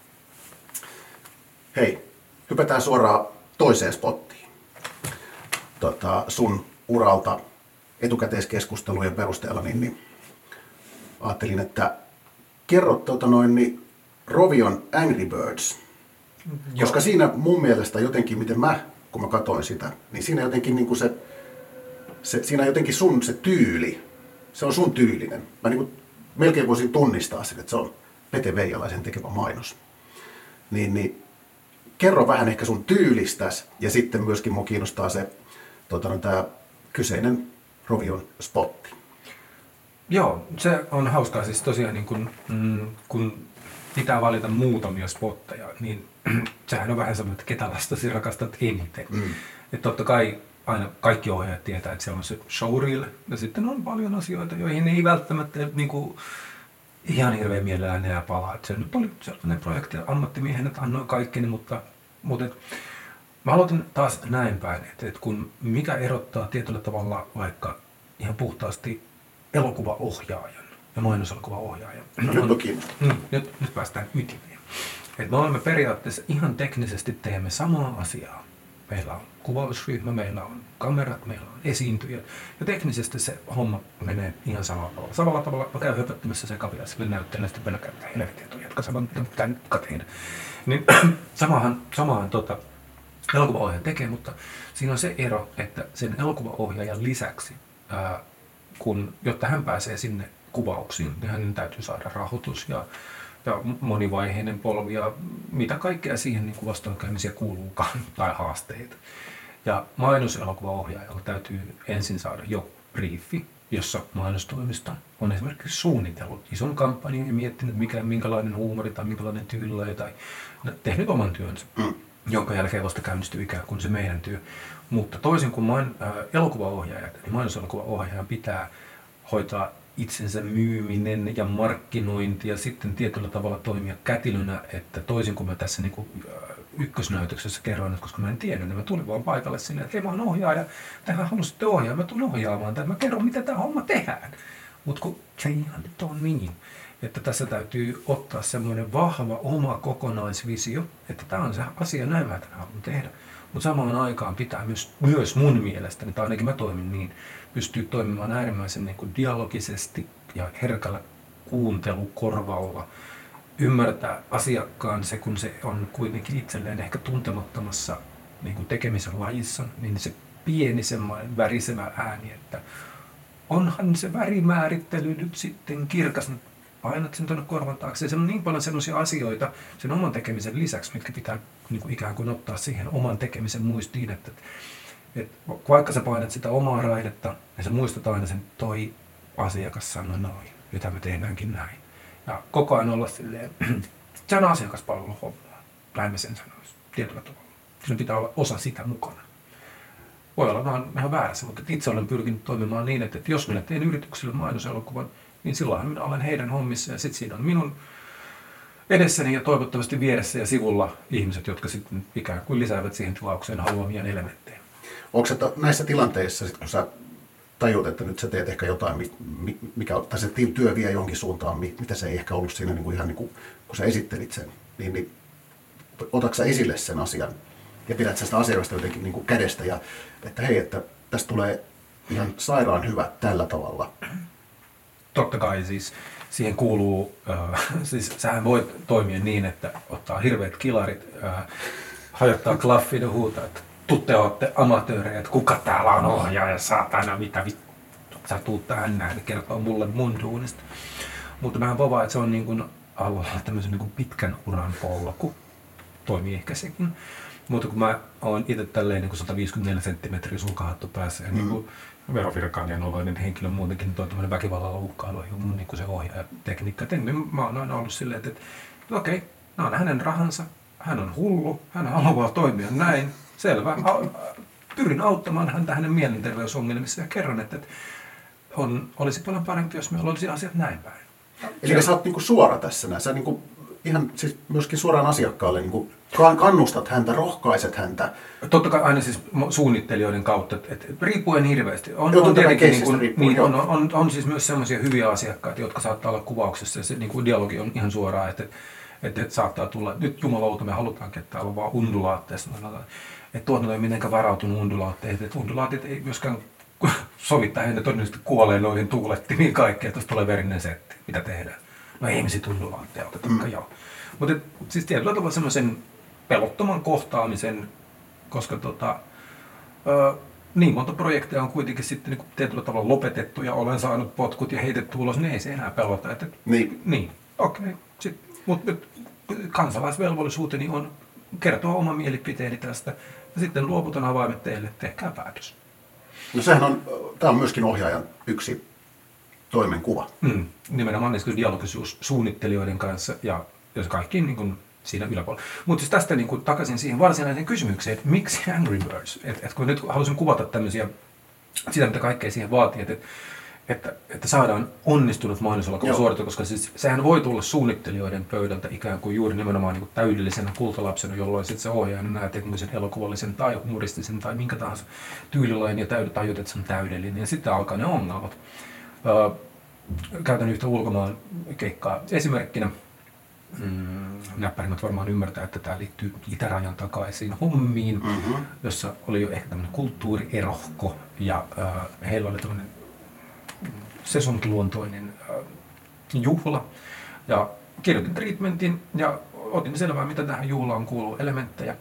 Hei, hypätään suoraan toiseen spottiin. Tota, sun uralta etukäteiskeskustelujen perusteella, niin, niin ajattelin, että kerrot tota noin, niin Rovion Angry Birds. Joo. Koska siinä mun mielestä jotenkin, miten mä, kun mä katsoin sitä, niin siinä jotenkin niin kuin se, se, siinä jotenkin sun se tyyli, se on sun tyylinen. Mä niin kuin melkein voisin tunnistaa sen, että se on Pete Veijalaisen tekemä mainos. Niin, niin kerro vähän ehkä sun tyylistäs ja sitten myöskin mua kiinnostaa se tota, tämä kyseinen Rovion spotti. Joo, se on hauskaa. Siis tosiaan niin kun, mm, kun pitää valita muutamia spotteja, niin sehän on vähän semmoinen, että ketä lastasi rakastat eniten. Mm. Että totta kai aina kaikki ohjaajat tietää, että siellä on se showreel, ja sitten on paljon asioita, joihin ei välttämättä niin kuin, ihan hirveän mielellään enää palaa. Että se nyt oli sellainen projekti, ammattimiehen, että annoin kaikkeni, mutta, mutta et, mä aloitin taas näin päin, että, että kun mikä erottaa tietyllä tavalla vaikka ihan puhtaasti elokuvaohjaajan ja mainoselokuvaohjaajan. No, nyt on kiinnostaa. Mm, nyt, nyt päästään ytimeen. Et me olemme periaatteessa ihan teknisesti teemme samaa asiaa. Meillä on kuvausryhmä, meillä on kamerat, meillä on esiintyjät. Ja teknisesti se homma menee ihan samalla tavalla. Samalla tavalla mä käyn höpöttämässä se kaviaisille näytteen, ja sitten mennä käyttää helvettiä, jatka saman, mitä nyt tehdä. Niin samahan, samahan tota, elokuvaohjaaja tekee, mutta siinä on se ero, että sen elokuvaohjaajan lisäksi, ää, kun, jotta hän pääsee sinne kuvauksiin, niin hänen täytyy saada rahoitus ja, ja monivaiheinen polvi ja mitä kaikkea siihen niin vastoinkäymisiä kuuluukaan tai haasteita. Ja mainoselokuvaohjaajalla täytyy ensin saada joku briefi, jossa mainostoimista on esimerkiksi suunnitellut ison kampanjan ja miettinyt, mikä, minkälainen huumori tai minkälainen tyyli tai tehnyt oman työnsä, mm. jonka jälkeen vasta käynnistyy ikään kuin se meidän työ. Mutta toisin kuin main, äh, elokuvaohjaajat, niin mainoselokuvaohjaajan pitää hoitaa itsensä myyminen ja markkinointi ja sitten tietyllä tavalla toimia kätilönä, että toisin kuin mä tässä niin kuin, äh, ykkösnäytöksessä kerroin, että koska mä en tiennyt, niin mä tulin vaan paikalle sinne, että hei mä oon ohjaaja, tähän halusitte ohjaa, mä tulen ohjaamaan, tai mä kerron mitä tämä homma tehdään. Mutta kun se ei ihan nyt on niin, että tässä täytyy ottaa semmoinen vahva oma kokonaisvisio, että tämä on se asia, näin mä tämän haluan tehdä. Mutta samaan aikaan pitää myös, myös mun mielestäni, tai ainakin mä toimin niin, pystyy toimimaan äärimmäisen niin kuin dialogisesti ja herkällä kuuntelukorvalla, ymmärtää asiakkaan se, kun se on kuitenkin itselleen ehkä tuntemattomassa niin kuin tekemisen lajissa, niin se pieni semmoinen värisemä ääni, että onhan se värimäärittely nyt sitten kirkas, painat sen tuonne korvan taakse. Ja se on niin paljon sellaisia asioita sen oman tekemisen lisäksi, mitkä pitää niin kuin ikään kuin ottaa siihen oman tekemisen muistiin, että, että vaikka sä painat sitä omaa raidetta, niin sä muistat aina sen, toi asiakas sanoi noin, mitä me tehdäänkin näin. Ja koko ajan olla silleen, se on asiakaspalveluhommaa, näin me sen sanoisi, tietyllä tavalla. Siinä pitää olla osa sitä mukana. Voi olla vaan ihan väärässä, mutta itse olen pyrkinyt toimimaan niin, että jos minä teen yrityksille mainoselokuvan, niin silloin minä olen heidän hommissa ja sitten siinä on minun edessäni ja toivottavasti vieressä ja sivulla ihmiset, jotka sitten ikään kuin lisäävät siihen tilaukseen haluamia elementtejä. Onko se näissä tilanteissa, sit kun sä tajut, että nyt sä teet ehkä jotain, mikä, tai se työ vie jonkin suuntaan, mitä se ei ehkä ollut siinä niin kuin ihan niin kuin, kun sä esittelit sen, niin, niin otatko sä esille sen asian ja pidät sä sitä asiasta jotenkin niin kuin kädestä ja että hei, että tästä tulee ihan sairaan hyvä tällä tavalla. Totta kai siis siihen kuuluu, äh, siis sähän voit toimia niin, että ottaa hirveät kilarit, äh, hajottaa klaffin ja huutaa, että te ootte amatöörejä, että kuka täällä on ohjaaja, saatana, mitä vittu, sä tuut tähän näin ja kertoo mulle mun duunista. Mutta mä povaan, että se on niin kuin alueella tämmöisen niin kuin pitkän uran polku, toimii ehkä sekin. Mutta kun mä oon itse tälleen niin kuin sata viisikymmentäneljä senttimetriä sulkahattu päässä ja mm. niin kuin verovirkailijan oloinen henkilö muutenkin, niin toi tämmöinen väkivallalla uhkailu on mun niin kuin se ohjaajatekniikka. Niin mä oon aina ollut silleen, että, että okei, okay, nämä on hänen rahansa, hän on hullu, hän haluaa toimia näin. Selvä. Pyrin auttamaan häntä hänen mielenterveysongelmissa ja kerron, että on, olisi paljon parempi, jos meillä olisi asiat näin päin. Eli sä oot niinku suora tässä. Sä niinku ihan siis myöskin suoraan asiakkaalle niinku kannustat häntä, rohkaiset häntä. Totta kai aina siis suunnittelijoiden kautta, että, että riippuen hirveästi. On, on, tietenkin, niin kuin, riippuen, niin, on, on, on, on siis myös sellaisia hyviä asiakkaita, jotka saattaa olla kuvauksessa ja se niin kuin dialogi on ihan suoraan, että, että, että saattaa tulla, nyt jumalauta me halutaankin, että täällä on vaan undulaatteessa. Että tuotanto ei mitenkään varautunut undulaatteihin, että undulaatit ei myöskään sovittaa, he todennäköisesti kuolee noihin tuulettimiin kaikkea, että tuossa tulee verinen setti, mitä tehdään. No ei me sit undulaatteja otetaankaan, mm. joo. Mutta siis tietyllä tavalla semmoisen pelottoman kohtaamisen, koska tota, ö, niin monta projekteja on kuitenkin sitten niin tietyllä tavalla lopetettu ja olen saanut potkut ja heitetty ulos, niin ei se enää pelota. Että, niin. Niin, okei. Okay. Mutta kansalaisvelvollisuuteni on kertoa oma mielipiteeni tästä ja sitten luovutan avaimet teille, tehkää päätös. No sehän on, tämä on myöskin ohjaajan yksi toimenkuva. Mm, nimenomaan niin dialogisuus suunnittelijoiden kanssa ja jos kaikki niin kuin siinä yläpuolella. Mutta siis tästä niin kuin takaisin siihen varsinaiseen kysymykseen, että miksi Angry Birds? Et, et kun nyt halusin kuvata tämmöisiä, sitä mitä kaikkea siihen vaatii, että, että, että saadaan onnistunut mainoselokuva suoritus, koska siis, sehän voi tulla suunnittelijoiden pöydältä ikään kuin juuri nimenomaan niin kuin täydellisenä kultalapsena, jolloin sitten se ohjaaja näet teknisen elokuvallisen tai humoristisen tai minkä tahansa tyylilain ja täydet tajut, että se on täydellinen ja sitten alkaa ne ongelmat. Öö, käytän yhtä ulkomaan keikkaa esimerkkinä. Mm, näppärimmät varmaan ymmärtää, että tämä liittyy itärajan takaisiin hommiin, mm-hmm. jossa oli jo ehkä tämmöinen kulttuurierohko ja äh, heillä oli tämmöinen sesonkiluontoinen äh, juhla ja kirjoitin treatmentin ja otin selvää, mitä tähän juhlaan kuuluu elementtejä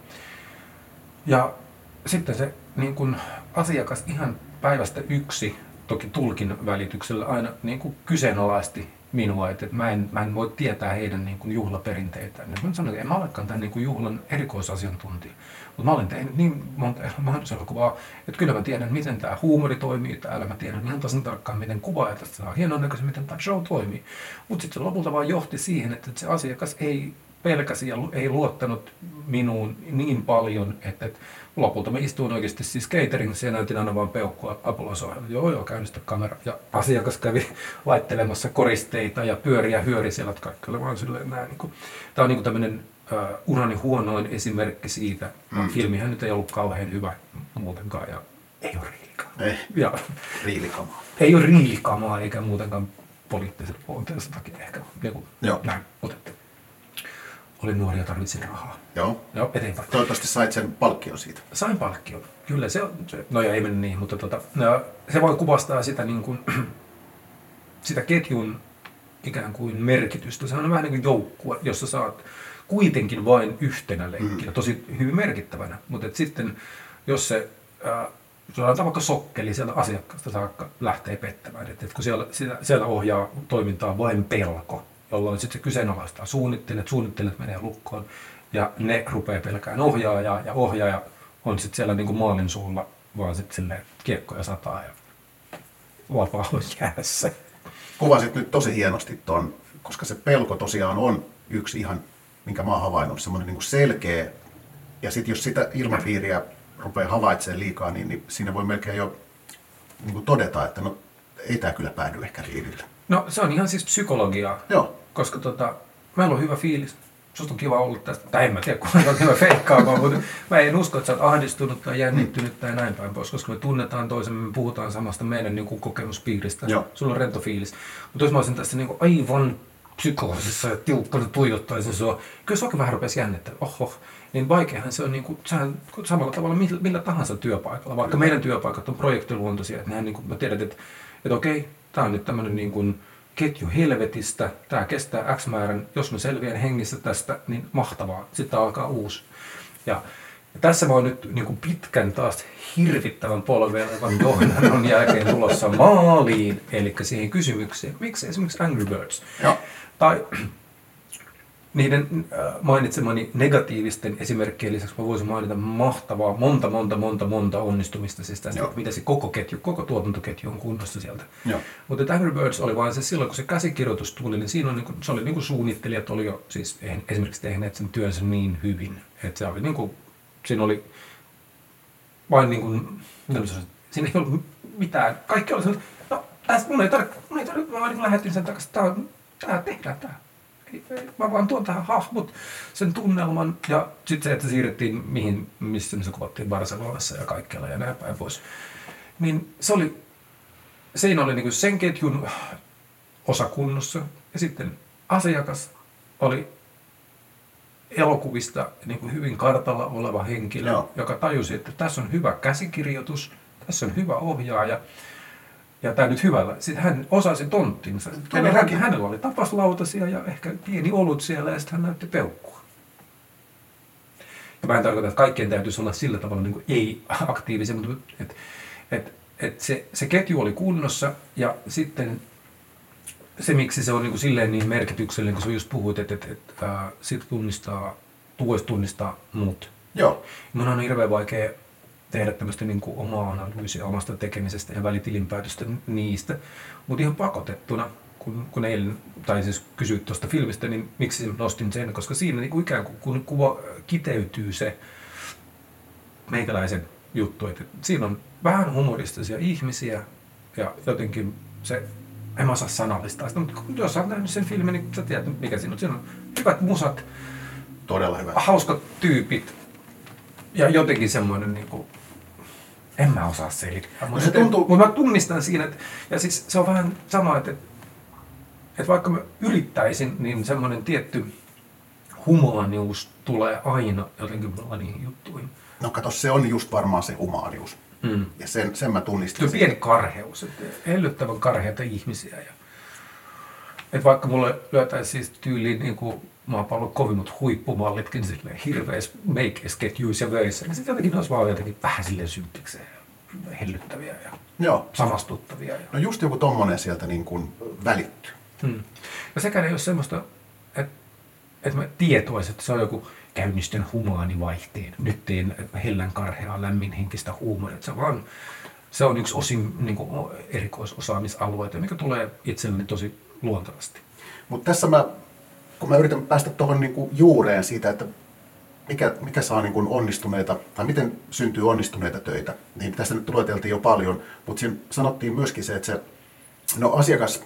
ja sitten se niin kun asiakas ihan päivästä yksi, toki tulkin välityksellä aina niin kuin kyseenalaisti minua, että mä en, mä en voi tietää heidän niin kuin juhlaperinteitään. Mä sanoin, että en mä olekaan tämän niin kuin juhlan erikoisasiantuntija, mutta mä olen tehnyt niin monta mainoselokuvaa, että kyllä mä tiedän, miten tämä huumori toimii täällä, mä tiedän ihan tasan tarkkaan, miten kuvaajat saa hienon näköisen, miten tämä show toimii. Mutta sitten se lopulta vaan johti siihen, että se asiakas ei pelkäsi ja ei luottanut minuun niin paljon, että, että lopulta mä istuin oikeasti siis cateringissa ja näytin aina vaan peukkua apulasohjelma. Joo, joo, käynnistä kamera. Ja asiakas kävi laittelemassa koristeita ja pyöriä hyöri siellä, että kaikki oli vaan silleen näin. Niin kuin. Tämä on niin kuin tämmöinen uh, urani huonoin esimerkki siitä. Mm. Filmihän nyt ei ollut kauhean hyvä muutenkaan ja ei ole riilikamaa. Ei, ja, riilikamaa. Ei ole riilikamaa eikä muutenkaan poliittisen luonteensa takia ehkä niin kuin joo. Näin otettu. Olin nuori ja tarvitsin rahaa. Joo. Joo, eteenpäin. Toivottavasti sait sen palkkion siitä. Sain palkkion. Kyllä se on. Se, no ja ei mennyt niin, mutta tota, se voi kuvastaa sitä, niin kuin, sitä ketjun ikään kuin merkitystä. Se on vähän niin kuin joukkue, jossa saat kuitenkin vain yhtenä lenkkinä, mm. tosi hyvin merkittävänä. Mutta sitten, jos se, äh, sanotaan vaikka sokkeli sieltä asiakkaasta saakka lähtee pettämään, että et kun siellä, siellä ohjaa toimintaa vain pelko, jolloin sitten se kyseenalaistaa suunnittelijat, suunnittelijat menee lukkoon ja ne rupeaa pelkään ohjaajaa ja ohjaaja on sitten siellä niinku maalin suulla vaan sitten silleen kiekkoja sataa ja vapaa on jäässä. Kuvasit nyt tosi hienosti ton, koska se pelko tosiaan on yksi ihan, minkä mä oon havainnut, semmoinen niinku selkeä ja sitten jos sitä ilmapiiriä rupeaa havaitsemaan liikaa, niin, niin siinä voi melkein jo niinku todeta, että no ei tää kyllä päädy ehkä riidille. No se on ihan siis psykologiaa, joo. Koska tota, meillä on hyvä fiilis. Susta on kiva olla tästä. Tai en mä tiedä, kuinka on hyvä feikkaamaan, mutta mä en usko, että sä oot ahdistunut tai jännittynyt tai näin päin pois, koska me tunnetaan toisemme, me puhutaan samasta meidän niin kuin kokemuspiiristä. Joo. Sulla on rento fiilis. Mutta jos mä olisin tässä niin kuin aivan psykoosissa ja tiukkana tuijottaisin sua, kyllä suakin vähän rupesi jännittää. Oho. Niin vaikeahan se on niin kuin, sehän samalla tavalla millä, millä tahansa työpaikalla. Vaikka mm. meidän työpaikat on projektiluontoisia, että nehän niin kuin, mä tiedän, että, että okei, tää on nyt tämmöinen niin kuin ketju helvetistä, tämä kestää X määrän, jos mä selviän hengissä tästä, niin mahtavaa, sitten alkaa uusi. Ja, ja tässä mä oon nyt niin kuin pitkän taas hirvittävän polveilevan johdannon jälkeen tulossa maaliin, eli siihen kysymykseen, miksi esimerkiksi Angry Birds, Joo. tai niiden mainitsemani negatiivisten esimerkkien lisäksi mä voisin mainita mahtavaa, monta, monta, monta, monta onnistumista, siis tästä, mitä se koko ketju, koko tuotantoketju on kunnossa sieltä. Mutta Angry Birds oli vain se silloin, kun se käsikirjoitus tuli, niin siinä on, niin kuin, se oli niin kuin suunnittelijat oli jo siis esimerkiksi tehneet sen työnsä niin hyvin, että se oli niin kuin, siinä oli vain niin kuin, siinä ei ollut mitään, kaikki oli sellainen, no tässä mun ei tarvitse, mun ei tarvitse, mä vaan lähetin sen takaisin, tää, tää tehdään tää. Mä vaan tuon tähän hahmot, sen tunnelman ja sitten se, että siirrettiin mihin, missä me se kuvattiin Barcelonassa ja kaikkialla ja näin päin pois. Niin se oli, siinä oli niinku sen ketjun osa kunnossa ja sitten asiakas oli elokuvista niinku hyvin kartalla oleva henkilö, no. joka tajusi, että tässä on hyvä käsikirjoitus, tässä on hyvä ohjaaja. Ja tämä nyt hyvällä. Sitten hän osasi tonttinsa. Hän, hänellä oli tapaslautasia ja ehkä pieni olut siellä ja sitten hän näytti peukkua. Ja mä en tarkoita, että kaikkien täytyisi olla sillä tavalla niin kuin ei-aktiivisia, mutta et, et, et se, se ketju oli kunnossa ja sitten se, miksi se on niin kuin silleen niin merkityksellinen, kun sä just puhuit, että et, et, sit tunnistaa, tuoisi tunnistaa mut. Joo. Mun on hirveän vaikea tehdä tämmöistä niin kuin omaa analyysiä omasta tekemisestä ja välitilinpäätöstä niistä. Mutta ihan pakotettuna, kun, kun eilen, tai siis kysyit tuosta filmistä, niin miksi nostin sen, koska siinä niin kuin ikään kuin kun kuva kiteytyy se meikäläisen juttu, että siinä on vähän humoristisia ihmisiä ja jotenkin se, en mä osaa sanallistaa sitä, mutta jos olet nähnyt sen filmin, niin sä tiedät, mikä siinä on. Siinä on hyvät musat, todella hyvä. Hauskat tyypit ja jotenkin semmoinen, niin kuin, en mä osaa selittää, mutta, tuntuu... mutta mä tunnistan siinä, että, ja siis se on vähän sama, että, että vaikka mä yrittäisin, niin semmoinen tietty humaanius tulee aina jotenkin mulla niihin juttuihin. No kato, se on just varmaan se humaanius. Mm. Ja sen, sen mä tunnistin. Se on pieni karheus, että hellyttävän karheita ihmisiä. Ja, että vaikka mulle lyötäisiin siis tyyliin niin kuin maapallon kovimmat huippumallitkin hirveässä meikeisketjuissa ja vöissä, niin sitten jotenkin olisi vaan jotenkin vähän silleen synttikseen ja hellyttäviä ja Joo. samastuttavia. Ja... No just joku tommonen sieltä niin kuin välittyy. Hmm. Ja sekään ei ole semmoista, että, että mä tietoisin, että se on joku käynnistön humaanivaihteen. Nyt teen hellän karheaa lämminhenkistä huumoria. Se, vaan, se on yksi osin niin kuin erikoisosaamisalueita, mikä tulee itselleni tosi luontevasti. Mutta tässä mä, kun mä yritän päästä tuohon niin kuin juureen siitä, että mikä, mikä saa niin kuin onnistuneita, tai miten syntyy onnistuneita töitä, niin tästä nyt lueteltiin jo paljon, mutta siinä sanottiin myöskin se, että se no, asiakas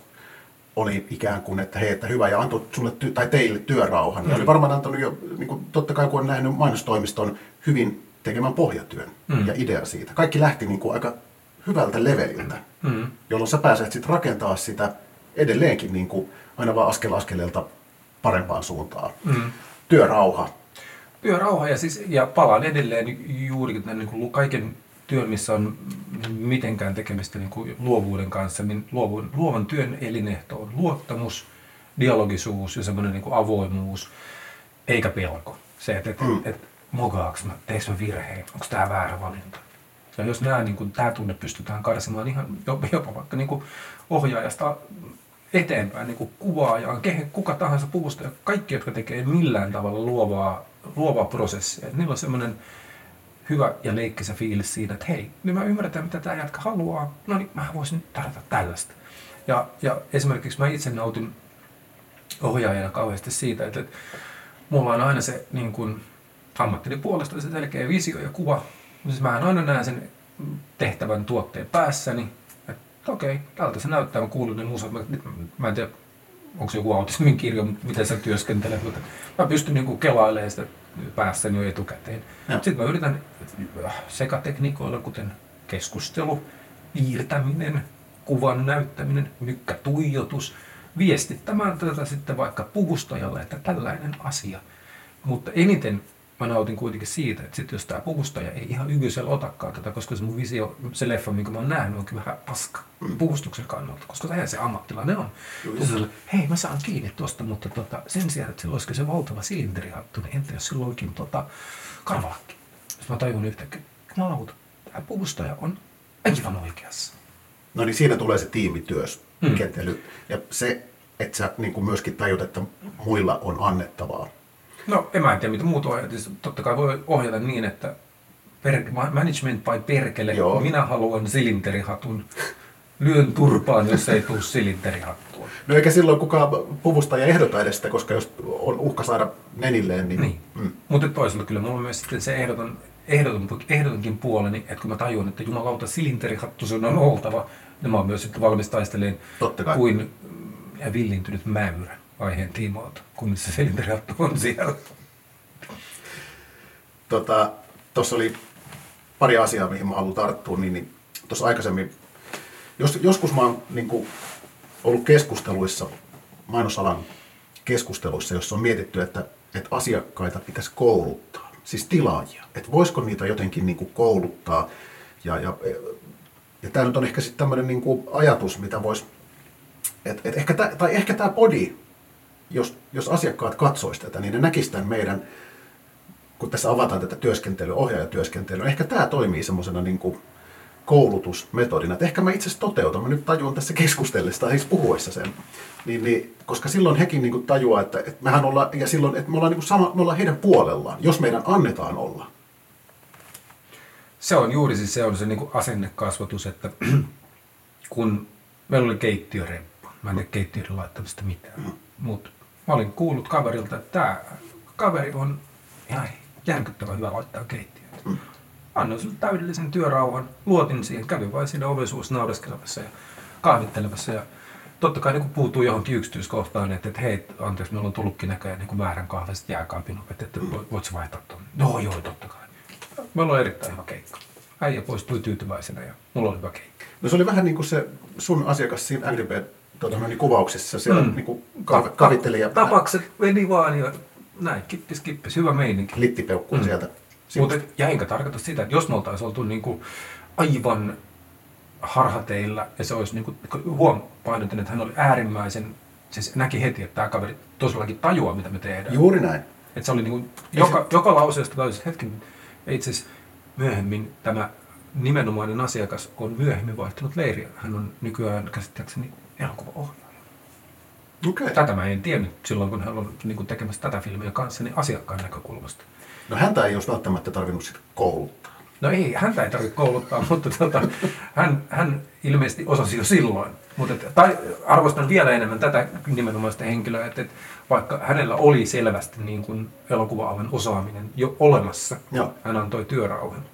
oli ikään kuin, että hei, että hyvä, ja antoi sulle ty- tai teille työrauhan. Mm. Oli varmaan antanut jo, niin kuin, totta kai kun on nähnyt mainostoimiston hyvin tekemän pohjatyön mm. ja idea siitä. Kaikki lähti niin kuin aika hyvältä leveliltä, mm. jolloin sä pääset sitten rakentaa sitä edelleenkin niin kuin aina vaan askel askeleelta parempaan suuntaan. Mm. Työrauha. Työrauha ja, siis, ja palaan edelleen juurikin tämän niin kuin kaiken työn, missä on mitenkään tekemistä niin kuin luovuuden kanssa, niin luovuuden, luovan työn elinehto on luottamus, dialogisuus ja semmoinen niin kuin avoimuus, eikä pelko. Se, että et, mm. et, et, mokaaks mä, teekö mä virheen, onko tämä väärä valinta. Ja jos nämä, niin kuin, tämä tunne pystytään karsimaan ihan jopa vaikka niin kuin ohjaajasta eteenpäin, niin kuin kuvaajaan, kuka tahansa puvusta, ja kaikki, jotka tekee millään tavalla luovaa, luovaa prosessia, niillä on semmoinen hyvä ja leikkisä fiilis siitä, että hei, niin mä ymmärrän, mitä tämä jätkä haluaa, no niin mä voisin nyt tarjota tällaista. Ja, ja esimerkiksi mä itse nautin ohjaajana kauheasti siitä, että, että mulla on aina se niin kuin ammattini puolesta se selkeä visio ja kuva. Siis mä aina näen sen tehtävän tuotteen päässäni, että okei, tältä se näyttää, mä kuulun ne muusat, mä, mä en tiedä, onko se joku autismin kirjo, miten sä työskentelet, mutta mä pystyn niin kuin kelailemaan sitä päässäni jo etukäteen. Sitten mä yritän sekatekniikoilla, kuten keskustelu, piirtäminen, kuvan näyttäminen, mykkätuijotus, viestittämään tätä sitten vaikka puvustajalle, että tällainen asia. Mutta eniten mä nautin kuitenkin siitä, että sit jos tämä puvustaja ei ihan ygyisellä otakaan tätä, koska se mun visio, se leffa, minkä mä oon nähnyt, onkin vähän paska puvustuksen kannalta, koska sehän se ammattilainen on. Sille, hei, mä saan kiinni tuosta, mutta tota, sen sijaan, että sillä olisikin se valtava silinterihattu, niin entä jos sillä olikin tota, karvalakki? Jos mä tajun yhtäkkiä, jumalauta, tämä puvustaja on aivan oikeassa. No niin siinä tulee se tiimityöskentely mm. ja se, että sä niin kuin myöskin tajut, että muilla on annettavaa. No, en mä en tiedä, mitä muut ohjata. Totta kai voi ohjata niin, että per, management by perkele, Joo. minä haluan silinterihatun. Lyön turpaan, jos ei tule silinterihattua. No eikä silloin kukaan puvustaja ehdota edes sitä, koska jos on uhka saada nenilleen, niin... niin. Mm. Mutta toisaalta kyllä mulla on myös sitten se ehdoton, ehdoton, ehdotonkin puoleni, että kun mä tajun, että jumalauta silinterihattu sun on oltava, niin mä oon myös sitten valmis taistelemaan kuin villintynyt mäyrä aiheen tiimoilta, kun se silinterihattu on siellä. Tuossa tota, oli pari asiaa, mihin mä haluan tarttua. Niin, niin, tuossa aikaisemmin, jos, joskus mä oon niin kuin, ollut keskusteluissa, mainosalan keskusteluissa, jossa on mietitty, että, että asiakkaita pitäisi kouluttaa, siis tilaajia. Että voisiko niitä jotenkin niin kuin, kouluttaa. Ja, ja, ja tämä nyt on ehkä sitten tämmöinen niin kuin ajatus, mitä voisi, että et ehkä tää, tai ehkä tämä podi, jos, jos asiakkaat katsoisivat tätä, niin ne näkisivät tämän meidän, kun tässä avataan tätä työskentelyä, ohjaajatyöskentelyä, ehkä tämä toimii semmoisena niin kuin koulutusmetodina. Että ehkä mä itse asiassa toteutan, mä nyt tajuan tässä keskustellessa tai siis puhuessa sen, niin, niin, koska silloin hekin niin kuin tajuaa, että, että mehän ollaan, ja silloin, että me ollaan, niin kuin sama, me ollaan heidän puolellaan, jos meidän annetaan olla. Se on juuri siis se on se niin kuin asennekasvatus, että kun meillä oli keittiöreppu, mä en tiedä keittiöiden laittamista mitään, mm. mutta mä olin kuullut kaverilta, että tämä kaveri on ihan järkyttävän hyvä laittaa keittiöitä. Mm. Annoin sille täydellisen työrauhan, luotin siihen, kävin vain siinä ovensuussa naureskelemassa ja kahvittelemassa. Ja totta kai niin puutuu johonkin yksityiskohtaan, että, että hei, anteeksi, meillä on tullutkin näköjään niin väärän kahvaiset jääkaapin ovet, että voit sä vaihtaa tuonne? Joo, joo, totta kai. Meillä on erittäin hyvä keikka. Äijä poistui tyytyväisenä ja mulla oli hyvä keikka. No se oli vähän niin kuin se sun asiakas siinä Angry Bird tuota, niin kuvauksessa, siellä mm. niin kahv- kavitteli ja... Tapakset meni vaan ja näin, kippis, kippis, hyvä meininki. Littipeukkuu mm. sieltä. Mutta ja enkä tarkoita sitä, että jos me oltaisiin oltu niin kuin aivan harhateilla ja se olisi niin kuin, huom painotin, että hän oli äärimmäisen, siis näki heti, että tämä kaveri tosiaankin tajuaa, mitä me tehdään. Juuri näin. Että se oli niin kuin, joka, joka lauseesta tajusin, hetken, itse asiassa myöhemmin tämä nimenomainen asiakas on myöhemmin vaihtunut leiriä. Hän on nykyään käsittääkseni elokuvaohjaaja. Okay. Tätä mä en tiennyt silloin, kun hän on niin kuin tekemässä tätä filmiä kanssani asiakkaan näkökulmasta. No häntä ei olisi välttämättä tarvinnut sitten kouluttaa. No ei, häntä ei tarvitse kouluttaa, mutta tuota, hän, hän ilmeisesti osasi jo silloin. Mutta et, tai arvostan vielä enemmän tätä nimenomaista henkilöä, että et, vaikka hänellä oli selvästi niin kuin elokuva-alan osaaminen jo olemassa, Joo. hän antoi työrauhan.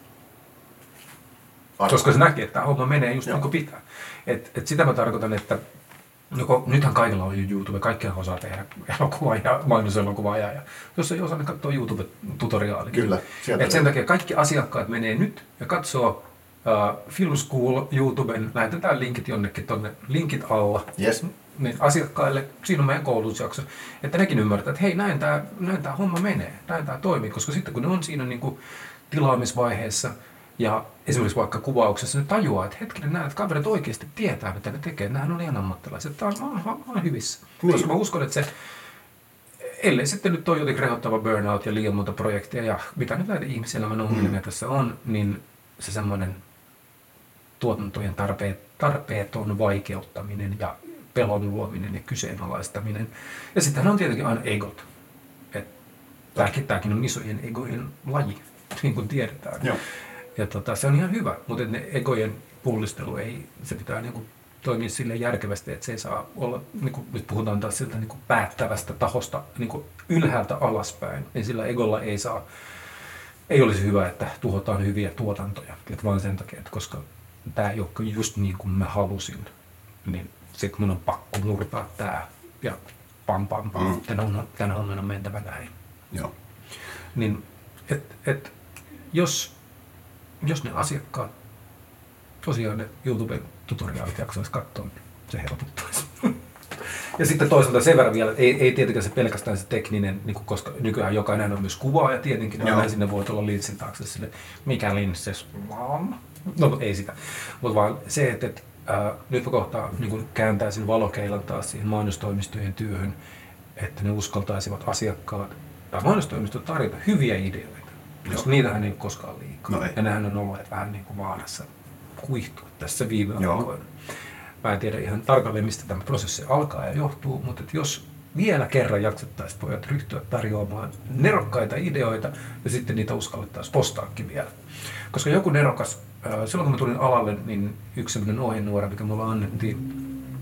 Arvo. Koska se näki, että tämä homma menee just Joo. niin kuin pitää. Et, et sitä mä tarkoitan, että joko, nythän kaikilla on YouTube, kaikkihan osaa tehdä elokuvaa ja mainoselokuvaa. Ja, ja jos ei osaa, niin katsoo YouTube-tutoriaali. Kyllä. Et sen takia kaikki asiakkaat menee nyt ja katsoo uh, Film School YouTuben, lähetetään linkit jonnekin tuonne linkit alla. Yes. Niin asiakkaille, siinä on meidän koulutusjakso, että nekin ymmärtää, että hei, näin tämä näin tää homma menee, näin tämä toimii. Koska sitten kun ne on siinä niin kuin tilaamisvaiheessa, ja esimerkiksi vaikka kuvauksessa ne tajuaa, että hetkinen näet, että kaverit oikeasti tietää, mitä ne tekee. Nämähän on ihan ammattilaiset. Tämä on aivan hyvissä. Niin. Koska mä uskon, että se, ellei sitten nyt on jotenkin rehottava burnout ja liian monta projekteja ja mitä nyt näitä ihmiselämän ongelmia mm. tässä on, niin se semmoinen tuotantojen tarpeet, tarpeeton vaikeuttaminen ja pelon luominen ja kyseenalaistaminen. Ja sitten on tietenkin aina egot. Tämäkin, tämäkin on isojen egojen laji, niin kuin tiedetään. Joo. Ja tota, se on ihan hyvä, mutta ne egojen pullistelu ei, se pitää niinku toimia sille järkevästi, että se ei saa olla, niinku, nyt puhutaan taas siltä niinku päättävästä tahosta niinku ylhäältä alaspäin, niin sillä egolla ei saa, ei olisi hyvä, että tuhotaan hyviä tuotantoja, että vaan sen takia, että koska tämä ei ole just niin kuin mä halusin, niin sitten mun on pakko murtaa tämä ja pam pam pam, mm. tämän, tämän homman on mentävä näin. Joo. Niin, et, et, jos Jos ne asiakkaat tosiaan ne YouTube-tutoriaalit jaksaisi katsoa, niin se helpottaisi. Ja sitten toisaalta sen verran vielä, että ei, ei tietenkään se pelkästään se tekninen, niin kuin, koska nykyään jokainen on myös kuvaaja tietenkin, niin sinne voi tulla linssin taakse sille, mikä linsses vaan. No ei sitä, mutta vaan se, että, että ää, nyt mä kohtaan niin kääntäisin valokeilan taas siihen mainostoimistojen työhön, että ne uskaltaisivat asiakkaat tai mainostoimistot tarjota hyviä ideoita. Koska niitähän ei ole koskaan liikaa. No ja nehän on olleet vähän niin kuin vaarassa kuihtua tässä viime aikoina. Mä en tiedä ihan tarkalleen, mistä tämä prosessi alkaa ja johtuu, mutta että jos vielä kerran jaksettaisiin pojat ryhtyä tarjoamaan nerokkaita ideoita ja sitten niitä uskallettaisiin ostaakin vielä. Koska joku nerokas, silloin kun mä tulin alalle, niin yksi sellainen ohjenuora, mikä mulla annettiin,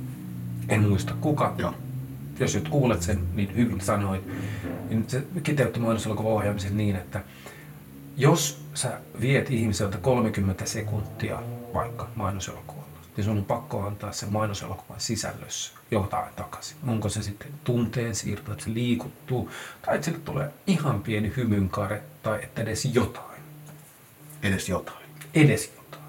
en muista kuka, Joo. jos et kuulet sen, niin hyvin sanoit, niin se kiteytti mainoselokuvan ohjaamisen niin, että jos sä viet ihmiseltä kolmekymmentä sekuntia vaikka mainoselokuvalla, niin sun on pakko antaa sen mainoselokuvan sisällössä jotain takaisin. Onko se sitten tunteen siirto, että se liikuttuu, tai että sille tulee ihan pieni hymynkare, tai että edes jotain. Edes jotain. Edes jotain.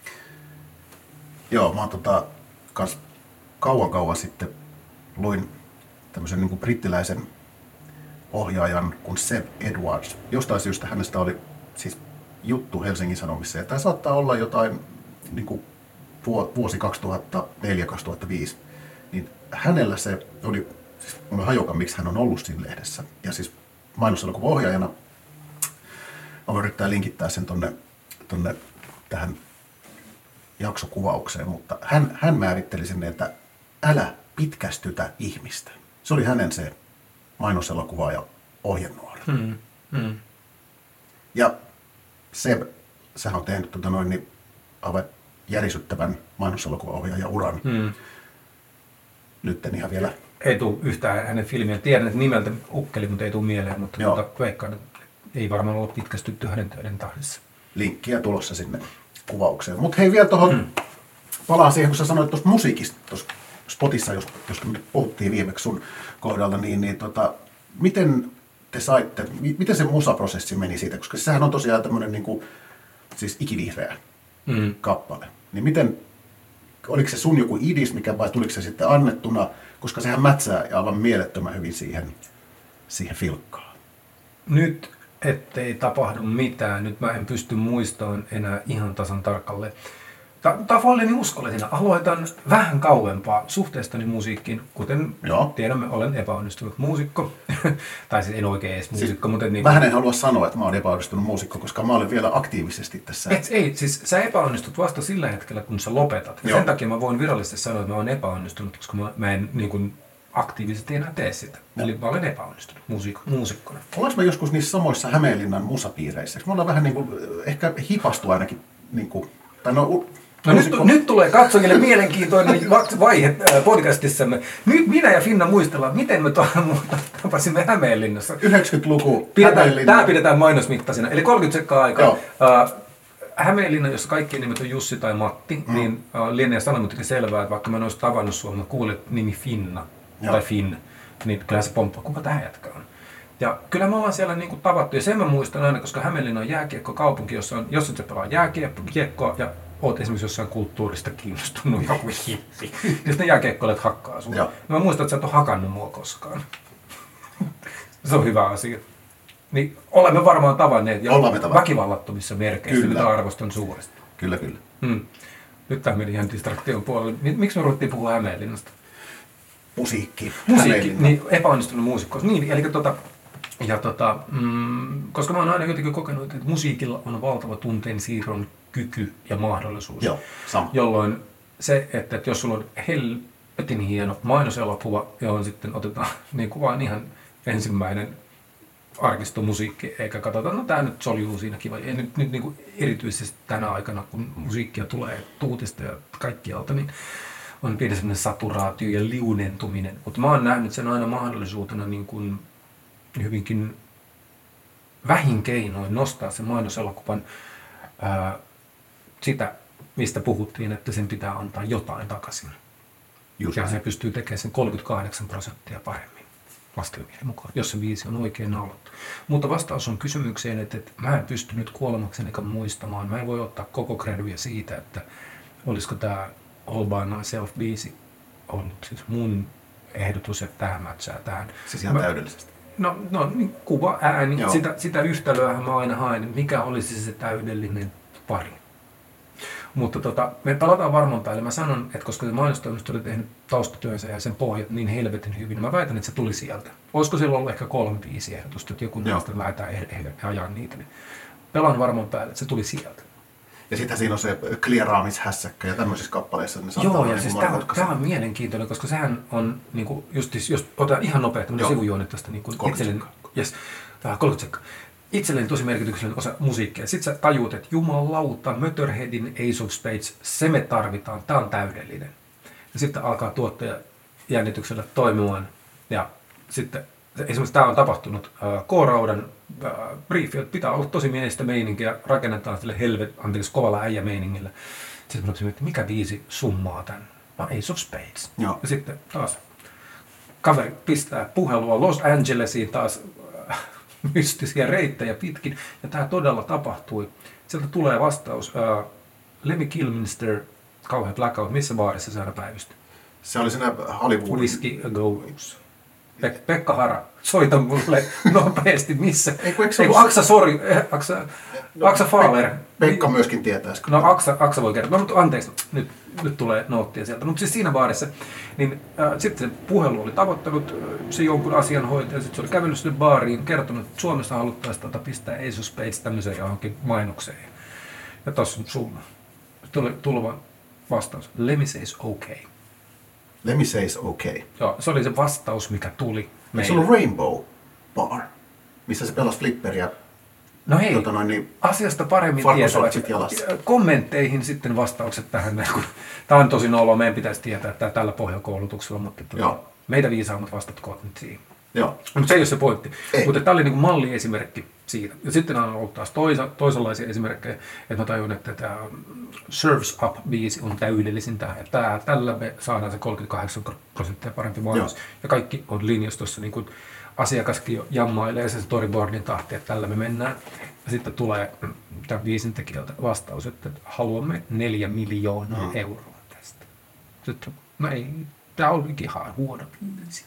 Joo, mä oon tota, kans kauan kauan sitten luin tämmöisen niin kuin brittiläisen ohjaajan kuin Seb Edwards. Jostain syystä hänestä oli siis juttu Helsingin Sanomissa, ja tämä saattaa olla jotain niin kuin vuosi kaksituhattaneljä kaksituhattaviisi, niin hänellä se oli, siis mulla hajokan, miksi hän on ollut siinä lehdessä, ja siis mainoselokuvan ohjaajana, mä voin yrittää linkittää sen tonne, tonne tähän jaksokuvaukseen, mutta hän, hän määritteli sen, että älä pitkästytä ihmistä. Se oli hänen se mainoselokuva ja ohjenuora. Hmm. Hmm. Ja Seb sehän on tehnyt tota noin, niin aivan järisyttävän mainoselokuvaohjaajan uran. Hmm. Nyt en ihan vielä... Ei tule yhtään hänen filmiä. Tiedän, että nimeltä ukkeli, mutta ei tule mieleen, mutta tuota, veikkaan, että ei varmaan ollut pitkästytty hänen töiden tahdissa. Linkkiä tulossa sinne kuvaukseen. Mutta hei vielä tuohon, hmm. palaan siihen, kun sä sanoit tuosta musiikista, tuossa Spotissa, jos, jos puhuttiin viimeksi sun kohdalta, niin, niin tota, miten te saitte, miten se musaprosessi meni siitä, koska sehän on tosiaan tämmöinen niin kuin, siis ikivihreä hmm. kappale. Niin miten, oliko se sun joku idis, mikä vai tuliko se sitten annettuna, koska sehän mätsää aivan mielettömän hyvin siihen, siihen filkkaan. Nyt ettei tapahdu mitään, nyt mä en pysty muistamaan enää ihan tasan tarkalleen. Tämä voi olla niin uskollisena. Aloitan vähän kauempaa suhteestani musiikkiin, kuten Joo. tiedämme, olen epäonnistunut muusikko. tai siis en oikein edes muusikko, siis, mutta... Niin vähän en halua sanoa, että mä olen epäonnistunut muusikko, koska mä olen vielä aktiivisesti tässä. Et, ei, siis sä epäonnistut vasta sillä hetkellä, kun sä lopetat. Sen takia mä voin virallisesti sanoa, että mä olen epäonnistunut, koska mä, mä en niin kuin, aktiivisesti enää tee sitä. No. Eli mä olen epäonnistunut muusik- muusikkona. Ollaanko me joskus niissä samoissa Hämeenlinnan musapiireissä? Me ollaan vähän niin kuin, ehkä hipastu ainakin, niin kuin, tai no... No nyt, nyt tulee katsojille mielenkiintoinen vaihe podcastissamme. Nyt minä ja Finna muistellaan, miten me tapasimme Hämeenlinnassa. yhdeksänkymmentäluku Hämeenlinna. Tämä pidetään mainosmittaisena, eli kolmekymmentä sekkaa aikaa. Uh, Hämeenlinna, jossa kaikkien nimet on Jussi tai Matti, mm. niin uh, lienee sanomattakin selvää, että vaikka mä en olisi tavannut sua, mä kuulen nimi Finna Joo. tai Finn, niin kyllä se pomppaa, kuka tämä jätkä on. Ja kyllä me ollaan siellä niinku tavattu, ja sen mä muistan aina, koska Hämeenlinna on jääkiekkokaupunki, jossa on, jos et sä pelaa jääkiekkoa ja oot esimerkiksi jossain kulttuurista kiinnostunut joku hippi, ja sitten jääkiekkoilijat hakkaa sun. Ja mä muistan, että sä et ole hakannut mua koskaan. Se on hyvä asia. Niin olemme varmaan tavanneet ja väkivallattomissa merkeissä, mitä arvostan suuresti. Kyllä, kyllä. Hmm. Nyt tämä meni ihan distraktion puolelle. Miksi me ruvettiin puhua Hämeenlinnasta? Musiikki. Musiikki, niin epäonnistunut muusikko. Niin, eli tota, ja tota, mm, koska mä oon aina jotenkin kokenut, että musiikilla on valtava tunteen siirron kyky ja mahdollisuus. Joo, sama. Jolloin se, että, että jos sulla on helvetin hieno mainoselokuva, johon sitten otetaan niin kuin vain ihan ensimmäinen arkistomusiikki, eikä katsota, no tää nyt soljuu siinä kiva. Ja nyt, nyt niin kuin erityisesti tänä aikana, kun musiikkia tulee tuutista ja kaikkialta, niin on pieni sellainen saturaatio ja liunentuminen. Mutta mä oon nähnyt sen aina mahdollisuutena niin kuin hyvinkin vähin keinoin nostaa sen mainoselokuvan ää, sitä, mistä puhuttiin, että sen pitää antaa jotain takaisin. Just ja se pystyy tekemään sen kolmekymmentäkahdeksan prosenttia paremmin laskelmien mukaan, jos se viisi on oikein naulattu. Mutta vastaus on kysymykseen, että, että mä en pysty nyt kuolemakseni eikä muistamaan. Mä en voi ottaa koko kredyä siitä, että olisiko tämä All by Myself-biisi on siis mun ehdotus, että tähän matchaa tähän. Siis ihan mä, täydellisesti. No, no niin kuva, ääni, sitä, sitä yhtälöä mä aina haen, mikä olisi se täydellinen pari. Mutta tota, me palataan varmaan päälle. Mä sanon, että koska se mainostoimisto oli tehnyt taustatyönsä ja sen pohjat niin helvetin hyvin, mä väitän, että se tuli sieltä. Olisiko siellä ollut ehkä kolme viisi ehdotusta, että joku näistä lähdetään ehden ajaa niitä. Niin pelaan varmaan päälle, että se tuli sieltä. Ja sitten siinä on se klieraamishässäkkä ja tämmöisissä kappaleissa. Ne Joo, ja siis tämä on, on mielenkiintoinen, koska sehän on, niin kuin, just, jos otetaan ihan nopea tämmöinen sivujuone tästä niin itselleni, yes, kolmekymmentä sekkaa. Itselleni tosi merkityksellinen osa musiikkia. Sitten sä tajuut, että jumalauta, Motorheadin Ace of Spades, se me tarvitaan, tämä on täydellinen. Ja sitten alkaa tuottaja jännityksellä toimimaan. Ja sitten esimerkiksi tämä on tapahtunut äh, K-Raudan äh, briefi, että pitää olla tosi miestä meininkiä, rakennetaan sille helvet, anteeksi, kovalla äijä-meiningillä. Sitten mä olisin, että mikä biisi summaa tämän? No Ace of Spades. Joo. Ja sitten taas kaveri pistää puhelua Los Angelesiin taas äh, mystisiä reittejä pitkin, ja tämä todella tapahtui. Sieltä tulee vastaus, uh, Lemmy Kilminster, kauhean blackout, missä baarissa se aina päivystyi? Se oli siinä Hollywood. Whiskey a Ghost. Pek- Pekka Hara, soita mulle nopeasti, missä? Ei kun Ei, kun Aksa, sorry, Aksa, no, Aksa Fahler. Pekka myöskin tietää. No Aksa, Aksa voi kertoa, no mutta anteeksi, nyt, nyt tulee noottia sieltä. Mutta siis siinä baarissa, niin äh, sitten se puhelu oli tavoittanut äh, se jonkun asianhoitaja, sitten se oli kävellyt sinne baariin, kertonut, että Suomessa haluttaisiin tota, pistää Ace of Spades tämmöiseen johonkin mainokseen. Ja tossa on summa. Sitten tuli tuleva vastaus, Lemmy says okay. Lemmy says okay. Joo, se oli se vastaus, mikä tuli. Eikö se ollut Rainbow Bar, missä se pelasi flipperiä? No hei, tota noin, niin, asiasta paremmin tietävät. Kommentteihin sitten vastaukset tähän. Tämä on tosi noloa, meidän pitäisi tietää että tällä pohjakoulutuksella, mutta tuota, meitä viisaammat vastatkoot nyt siihen. Joo. Mutta se ei ole se pointti. Ei. Mutta tämä oli niin kuin malliesimerkki siitä. Ja sitten on ollut taas toisa, toisenlaisia esimerkkejä, että mä tajun, että tämä Surf's Up-biisi on täydellisin tähän. Tää, tällä me saadaan se kolmekymmentäkahdeksan prosenttia parempi maailmassa. Joo. Ja kaikki on linjastossa, niin kuin asiakaskin jo jammailee se storyboardin tahti, että tällä me mennään. Ja sitten tulee tämän biisin tekijältä vastaus, että haluamme neljä miljoonaa mm. euroa tästä. Sitten, no ei, tämä olikin ihan huono biisi.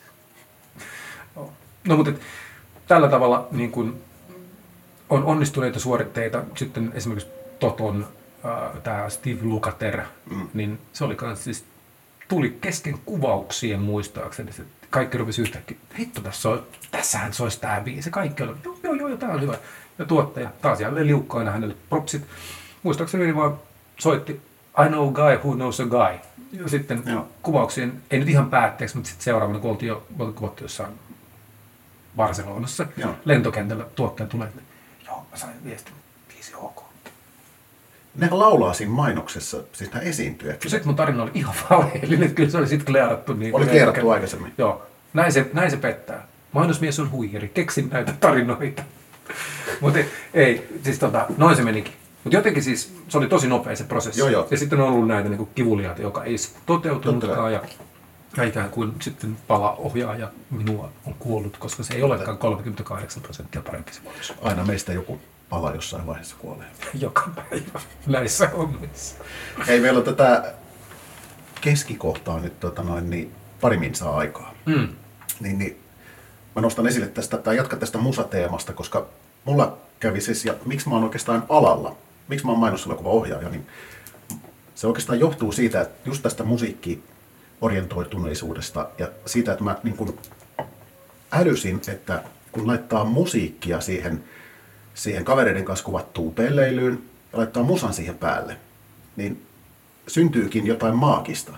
No mutta et, tällä tavalla niin kun on onnistuneita suoritteita. Sitten esimerkiksi Toton äh, tämä Steve Lukather, mm. niin se oli kans siis, tuli kesken kuvauksien muistaakseni. Kaikki rupesi yhtäkkiä, hitto, tässä on, tässähän se olisi tämä biisi. Kaikki oli, joo, joo, joo, tämä on hyvä. Ja tuottaja, taas jälleen liukkaina hänelle propsit. Muistaakseni niin vaan soitti I know a guy who knows a guy. Ja sitten joo. Kuvauksien, ei nyt ihan päätteeksi, mutta sitten seuraavana, kun oltiin jo kuvattu jossain Barcelonassa, joo. Lentokentällä tuottaja tulee, että joo, mä sain viestin, biisi ok. Nehän laulaa siinä mainoksessa, siis nämä esiintyjät. Sitten mun tarina oli ihan valheellinen, kyllä se oli sitten klearattu. Niin oli klearattu aikaisemmin. Joo, näin se, näin se pettää. Mainosmies on huijari, keksin näitä tarinoita. Mutta ei, siis tota, noin se menikin. Mutta jotenkin siis, se oli tosi nopea se prosessi. Joo, joo. Ja sitten on ollut näitä niin kivuliaita, joka ei toteutunutkaan. Ja, ja ikään kuin sitten palaohjaaja minua on kuollut, koska se ei olekaan kolmekymmentäkahdeksan prosenttia parempi se voisi. Aina meistä joku pala jossain vaiheessa kuolee. Joka päivä näissä hommissa. Hei, meillä on tätä keskikohtaa nyt tota noin, niin pari minsaa aikaa. Mm. Niin, niin, mä nostan esille tästä, tai jatkan tästä musateemasta, koska mulla kävi siis, ja miksi mä oon oikeastaan alalla, miksi mä oon mainoselokuvaohjaaja, niin se oikeastaan johtuu siitä, että just tästä musiikkiorientoituneisuudesta ja siitä, että mä niin kuin älysin, että kun laittaa musiikkia siihen, siihen kavereiden kanssa kuvattuun pelleilyyn ja laittaa musan siihen päälle, niin syntyykin jotain maagista.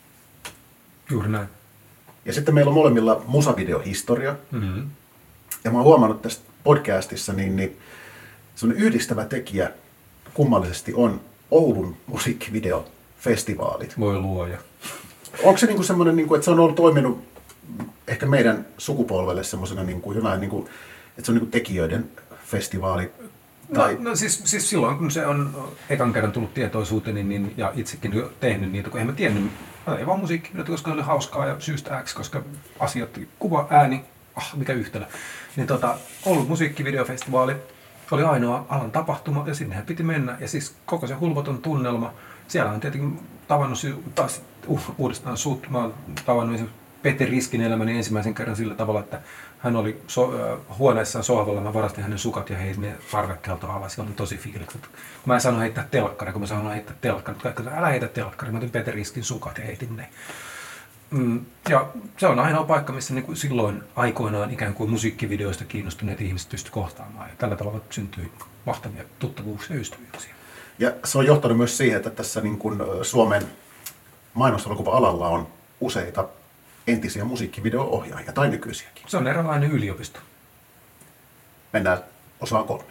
Juuri näin. Ja sitten meillä on molemmilla musavideohistoria. Mm-hmm. Ja mä oon huomannut tästä podcastissa, niin, niin semmoinen yhdistävä tekijä kummallisesti on Oulun musiikkivideofestivaalit. Voi luoja. Onko se niinku semmoinen, niinku, että se on ollut toiminut ehkä meidän sukupolvelle semmoisena niinku jonain, niinku, että se on niinku tekijöiden festivaali? Tai... No, no siis, siis silloin, kun se on ekan kerran tullut tietoisuuteen niin, ja itsekin tehnyt niitä, kun en mä tiennyt, ei vaan musiikkivideot, koska se oli hauskaa ja syystä X, koska asiat, kuva, ääni, ah, mikä yhtälö. Niin tota, Oulun musiikkivideofestivaali oli ainoa alan tapahtuma ja sinnehän piti mennä. Ja siis koko se hulvaton tunnelma. Siellä on tietenkin tavannut taas uh, uudestaan sut. Mä oon tavannut Peter Riskin elämäni ensimmäisen kerran sillä tavalla, että hän oli so, äh, huoneessaan sohvalla. Mä varastin hänen sukat ja heitin ne parvekkeelta alas. Se oli tosi fiilikset. Kun mä en saanut heittää telkkari, kun mä saanut heittää telkkari. Kaikki, älä heitä telkkari. Mä otin Peter Riskin sukat ja heitin ne. Mm, ja se on ainoa paikka, missä niin kuin silloin aikoinaan ikään kuin musiikkivideoista kiinnostuneet ihmiset pystyivät kohtaamaan. Ja tällä tavalla syntyi mahtavia tuttavuuksia ja ystävyyksiä. Ja se on johtanut myös siihen, että tässä niin kuin Suomen mainoselokuva-alalla on useita entisiä musiikkivideo-ohjaajia tai nykyisiäkin. Se on eräänlainen yliopisto. Mennään osaan kolme.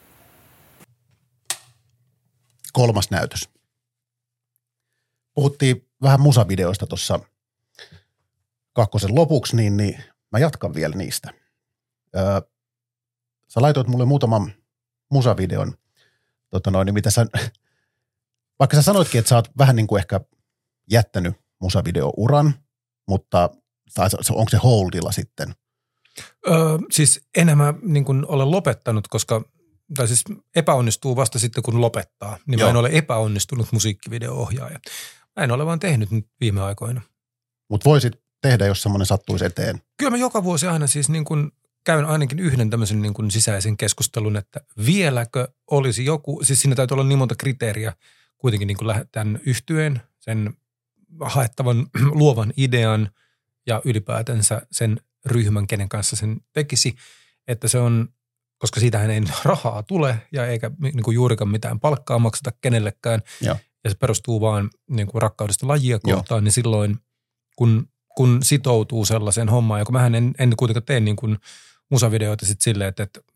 Kolmas näytös. Puhuttiin vähän musavideoista tuossa kakkosen lopuksi, niin, niin mä jatkan vielä niistä. Öö, sä laitoit mulle muutaman musavideon, tota noin, niin mitä sä, vaikka sä sanoitkin, että sä oot vähän niin kuin ehkä jättänyt musavideo-uran, mutta tai onko se holdilla sitten? Öö, siis enemmän niin kuin olen lopettanut, koska tai siis epäonnistuu vasta sitten, kun lopettaa. Niin Joo. Mä en ole epäonnistunut musiikkivideo-ohjaaja. Mä en ole vaan tehnyt nyt viime aikoina. Mutta voisit tehdä, jos semmoinen sattuisi eteen. Kyllä mä joka vuosi aina siis niin kuin käyn ainakin yhden tämmöisen niin kuin sisäisen keskustelun, että vieläkö olisi joku, siis siinä täytyy olla niin monta kriteeriä kuitenkin niin kuin tämän yhtyeen, sen haettavan luovan idean ja ylipäätänsä sen ryhmän, kenen kanssa sen tekisi, että se on, koska siitähän ei rahaa tule ja eikä niin kuin juurikaan mitään palkkaa makseta kenellekään. Joo. Ja se perustuu vaan niin kuin rakkaudesta lajia kohtaan, Joo. niin silloin kun, kun sitoutuu sellaiseen hommaan, ja kun mähän en, en kuitenkaan tee niin kuin musavideoita sitten silleen, että, että no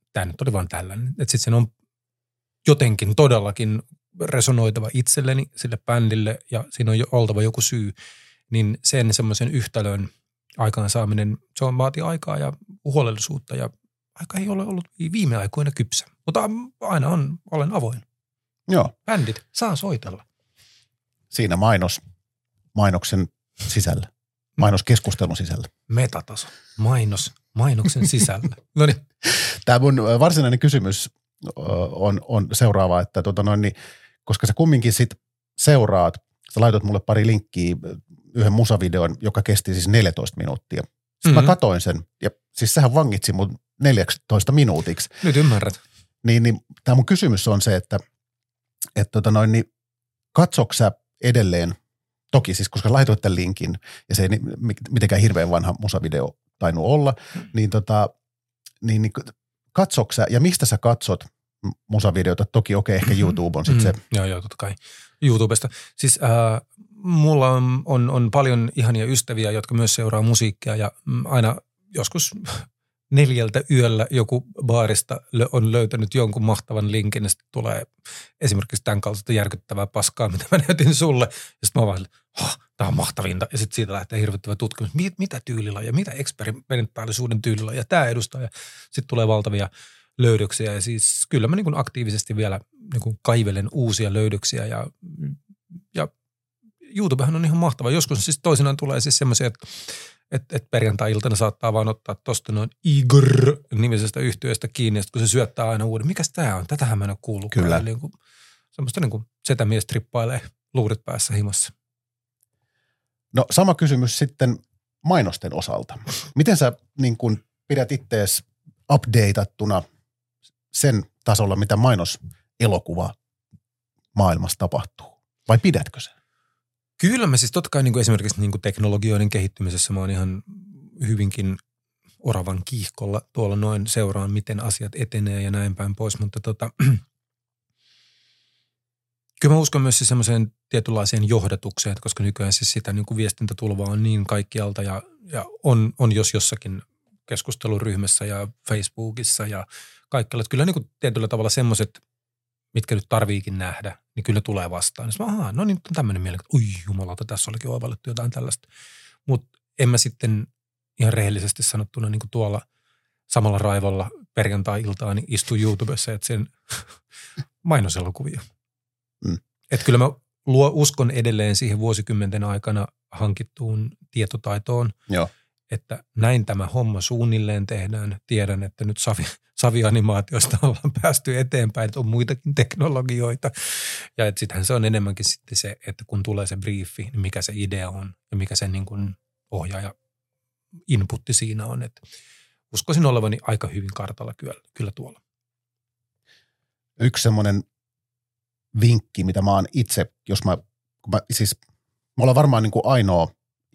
tämä nyt oli vaan tällainen. Että sitten sen on jotenkin todellakin resonoitava itselleni, sille bändille, ja siinä on jo oltava joku syy, niin sen semmoisen yhtälön aikaansaaminen, se on vaatii aikaa ja huolellisuutta, ja aika ei ole ollut viime aikoina kypsä. Mutta aina on, olen avoin. Joo. Bändit saa soitella. Siinä mainos, mainoksen sisällä, mainoskeskustelun sisällä. Metataso, mainos, mainoksen sisällä. No niin. Tämä mun varsinainen kysymys on, on seuraava, että tota noin, niin, koska sä kumminkin sit seuraat, sä laitoit mulle pari linkkiä yhden musavideon, joka kesti siis neljätoista minuuttia. Sitten mm-hmm. mä katoin sen, ja siis sähän vangitsi mun neljätoista minuutiksi. Nyt ymmärrät. Niin, niin tämä mun kysymys on se, että et tota noin, niin katsoks sä edelleen, toki siis koska laitoit tämän linkin, ja se ei mitenkään hirveän vanha musavideo tainnut olla, mm. niin, tota, niin, niin katsoks sä, ja mistä sä katsot musavideota? Toki okei, okay, ehkä YouTube on sitten mm. se. Joo, joo, totta kai. YouTubesta. Siis äh, mulla on, on, on paljon ihania ystäviä, jotka myös seuraa musiikkia, ja aina joskus neljältä yöllä joku baarista on löytänyt jonkun mahtavan linkin, ja sitten tulee esimerkiksi tämän kaltaista järkyttävää paskaa, mitä mä näytin sulle. Ja sitten mä vaan, oh, tämä on mahtavinta. Ja sitten siitä lähtee hirvittävä tutkimus, mitä tyylilajia, mitä eksperimentaalisuuden tyylilajia tämä edustaa. Ja sitten tulee valtavia löydöksiä. Ja siis kyllä mä niin kuin aktiivisesti vielä niin kuin kaivelen uusia löydöksiä. Ja, ja YouTubehan on ihan mahtava. Joskus siis toisinaan tulee siis semmoisia, että Että et perjantai-iltana saattaa vaan ottaa tuosta noin Igor-nimisestä yhtyeestä kiinni, ja kun se syöttää aina uuden. Mikäs tää on? Tätähän mä en ole kuullut. Kyllä. Eli niin kuin, semmoista niin kuin setämies trippailee luurit päässä himassa. No sama kysymys sitten mainosten osalta. Miten sä niin kuin pidät ittees updateattuna sen tasolla, mitä mainoselokuva maailmassa tapahtuu? Vai pidätkö sen? Kyllä mä siis totta kai niin kuin esimerkiksi niin kuin teknologioiden kehittymisessä mä oon ihan hyvinkin oravan kiihkolla tuolla noin seuraan, miten asiat etenee ja näin päin pois, mutta tota, kyllä mä uskon myös siis semmoiseen tietynlaiseen johdatukseen, koska nykyään siis sitä niin kuin viestintätulvaa on niin kaikkialta ja, ja on, on jos jossakin keskusteluryhmässä ja Facebookissa ja kaikkialla. Että kyllä niin kuin tietyllä tavalla semmoiset, mitkä nyt tarviikin nähdä, niin kyllä tulee vastaan. Sitten mä, ahaa, no niin, nyt on tämmöinen mieli, että oi jumalauta, tässä olikin oivallettu jotain tällaista. Mutta en mä sitten ihan rehellisesti sanottuna niin kuin tuolla samalla raivolla perjantai-iltaan niin istu YouTubessa, että sen mainoselokuvia. Mm. Että kyllä mä luo, uskon edelleen siihen vuosikymmenten aikana hankittuun tietotaitoon, Joo. että näin tämä homma suunnilleen tehdään. Tiedän, että nyt savi, savianimaatiosta ollaan päästy eteenpäin, että on muitakin teknologioita. Ja että sittenhän se on enemmänkin sitten se, että kun tulee se briefi, niin mikä se idea on ja mikä se niin kuin ohjaaja inputti siinä on. Että uskoisin olevani aika hyvin kartalla kyllä, kyllä tuolla. Yksi semmoinen vinkki, mitä mä oon itse, jos mä, kun mä siis, me ollaan varmaan niin kuin ainoa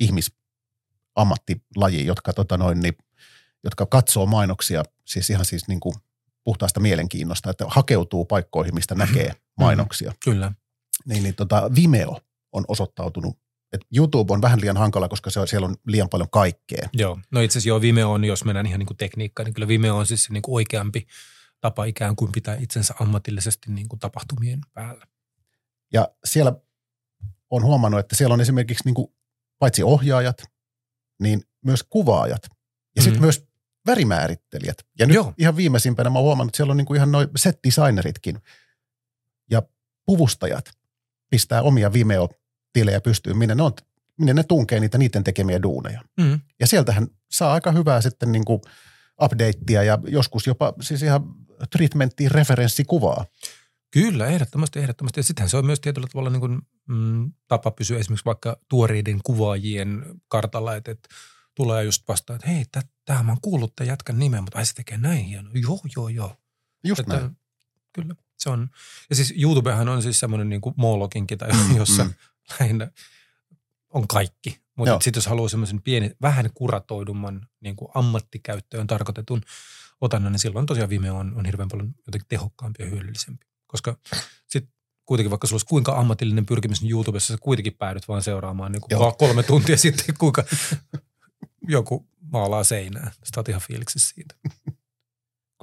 ihmisammattilaji, jotka, tota noin, niin, jotka katsoo mainoksia, siis ihan siis niin kuin puhtaasta mielenkiinnosta, että hakeutuu paikkoihin, mistä näkee mainoksia. Mm, kyllä. Niin, niin tota, Vimeo on osoittautunut, että YouTube on vähän liian hankala, koska se, siellä on liian paljon kaikkea. Joo, no itse asiassa joo, Vimeo on, jos mennään ihan niin kuin tekniikkaan, niin kyllä Vimeo on siis se niin kuin oikeampi tapa ikään kuin pitää itsensä ammatillisesti niin kuin tapahtumien päällä. Ja siellä on huomannut, että siellä on esimerkiksi niin kuin paitsi ohjaajat, niin myös kuvaajat ja mm-hmm. sitten myös värimäärittelijät. Ja nyt Joo. ihan viimeisimpänä mä oon huomannut, että siellä on niin kuin ihan noi set-designeritkin ja puvustajat pistää omia Vimeo-tilejä pystyyn, minne ne, on, minne ne tunkee niitä niiden tekemiä duuneja. Mm-hmm. Ja sieltähän saa aika hyvää sitten niin kuin updatea ja joskus jopa siis ihan treatmenttiin referenssikuvaa. Kyllä, ehdottomasti, ehdottomasti. Ja sittenhän se on myös tietyllä tavalla niin kuin, mm, tapa pysyä esimerkiksi vaikka tuoreiden kuvaajien kartalla, että, että tulee just vastaan, että hei, tämähän mä oon kuullut tämän jätkän nimen, mutta ai se tekee näin hieno. Joo, joo, joo. Just että, näin. Kyllä, se on. Ja siis YouTubehan on siis semmoinen niin kuin Molokinkin, jossa mm. lähinnä on kaikki. Mutta sitten jos haluaa semmoisen pieni, vähän kuratoidumman niin kuin ammattikäyttöön tarkoitetun otannan, niin silloin tosiaan Vimeo on, on hirveän paljon jotenkin tehokkaampi ja hyödyllisempi. Koska sitten kuitenkin vaikka sulla olisi kuinka ammatillinen pyrkimys, niin YouTubessa sä kuitenkin päädyt vaan seuraamaan niin kuin kolme tuntia sitten, kuinka joku maalaa seinää. Sitten olet ihan fiiliksissä siitä.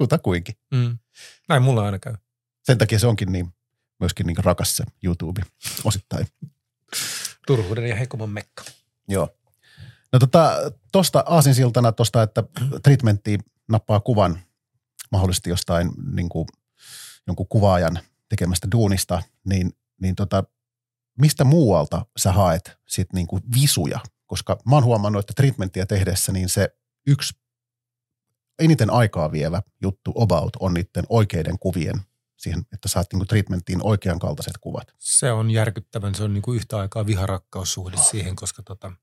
Kutakuinkin. Mm. Näin mulla aina käy. Sen takia se onkin niin, myöskin niin rakas se YouTube osittain. Turhuuden ja heikomman mekka. Joo. No tota, tosta aasinsiltana tosta, että treatmentti nappaa kuvan mahdollisesti jostain niin kuin, jonkun kuvaajan tekemästä duunista, niin, niin tota, mistä muualta sä haet sit niin kuin visuja? Koska mä oon huomannut, että treatmenttiä tehdessä niin se yksi eniten aikaa vievä juttu about on niiden oikeiden kuvien siihen, että saat niin kuin treatmenttiin oikean kaltaiset kuvat. Se on järkyttävän, se on niin kuin yhtä aikaa viharakkaussuhde oh. siihen, koska tota,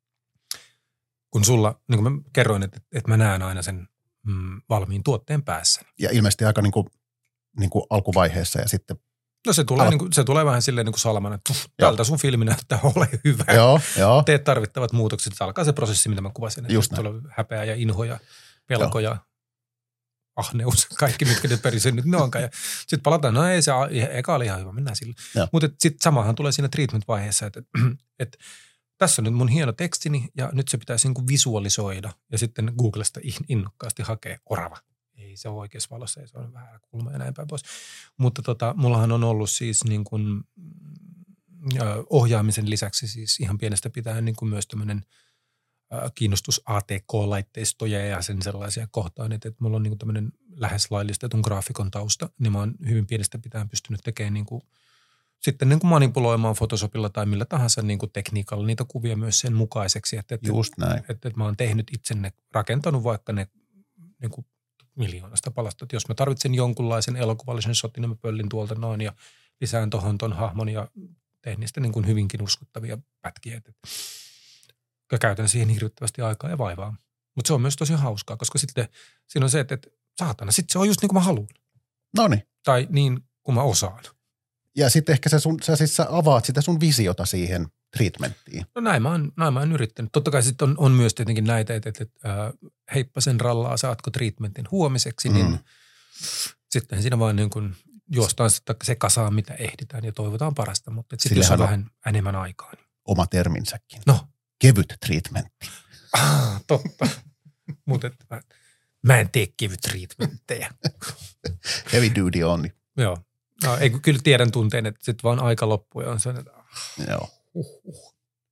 kun sulla, niin kuin mä kerroin, että, että mä näen aina sen mm, valmiin tuotteen päässä. Ja ilmeisesti aika niin kuin, niin kuin alkuvaiheessa ja sitten... No se tulee, Al- niin kuin, se tulee vähän silleen niin kuin salmana, että tuff, tältä sun filmi näyttää ole hyvä. Joo, joo. Teet tarvittavat muutokset, se alkaa se prosessi, mitä mä kuvasin. Just näin. Tulee häpeä ja inho ja pelko ja ahneus, kaikki mitkä nyt perisin nyt ne onkaan. Ja sitten palataan, no ei se eka oli ihan hyvä, mennään sillä. Mutta sitten samahan tulee siinä treatment-vaiheessa, että, että tässä on nyt mun hieno tekstini ja nyt se pitäisi niin kuin visualisoida ja sitten Googlesta innokkaasti hakee orava. Ei se ole oikeassa valossa, ei se on vähän kulma ja näin päin pois. Mutta tota, mullahan on ollut siis niin kuin ohjaamisen lisäksi siis ihan pienestä pitäen niin kuin myös tämmöinen kiinnostus A T K-laitteistoja ja sen sellaisia kohtaan, että, että mulla on niin kuin tämmöinen lähes laillistetun graafikon tausta, niin mä oon hyvin pienestä pitäen pystynyt tekemään niin kuin, sitten niin kuin manipuloimaan Photoshopilla tai millä tahansa niin kuin tekniikalla niitä kuvia myös sen mukaiseksi, että, että, Just näin. että, että, että mä oon tehnyt itse ne, rakentanut vaikka ne niin kuin miljoonasta palasta, että jos mä tarvitsen jonkunlaisen elokuvallisen shotin, niin mä pöllin tuolta noin ja lisään tohon ton hahmon ja tein niistä niin kuin hyvinkin uskottavia pätkiä, että ja käytän siihen hirvittävästi aikaa ja vaivaa. Mutta se on myös tosi hauskaa, koska sitten siinä on se, että, että saatana, sitten se on just niin kuin mä haluan. Noniin. Tai niin kuin mä osaan. Ja sitten ehkä sä, sun, sä siis sä avaat sitä sun visiota siihen treatmenttiin. No näin mä oon, näin mä oon yrittänyt. Totta kai sitten on, on myös tietenkin näitä, että, että, että äh, heippa sen rallaa, saatko treatmentin huomiseksi, mm. niin sitten siinä vaan niin kuin juostaan se kasaan, mitä ehditään ja toivotaan parasta. Mutta sitten jos on vähän enemmän aikaa. Niin. Oma terminsäkin. No. Kevyt treatmentti. Ah, totta. Mutta mä, mä en tee kevyt treatmenttejä. Heavy duty on. Joo. No, ei, kyllä tiedän tunteen, että sitten vaan aika loppuu ja on se, että Joo. Uh, uh.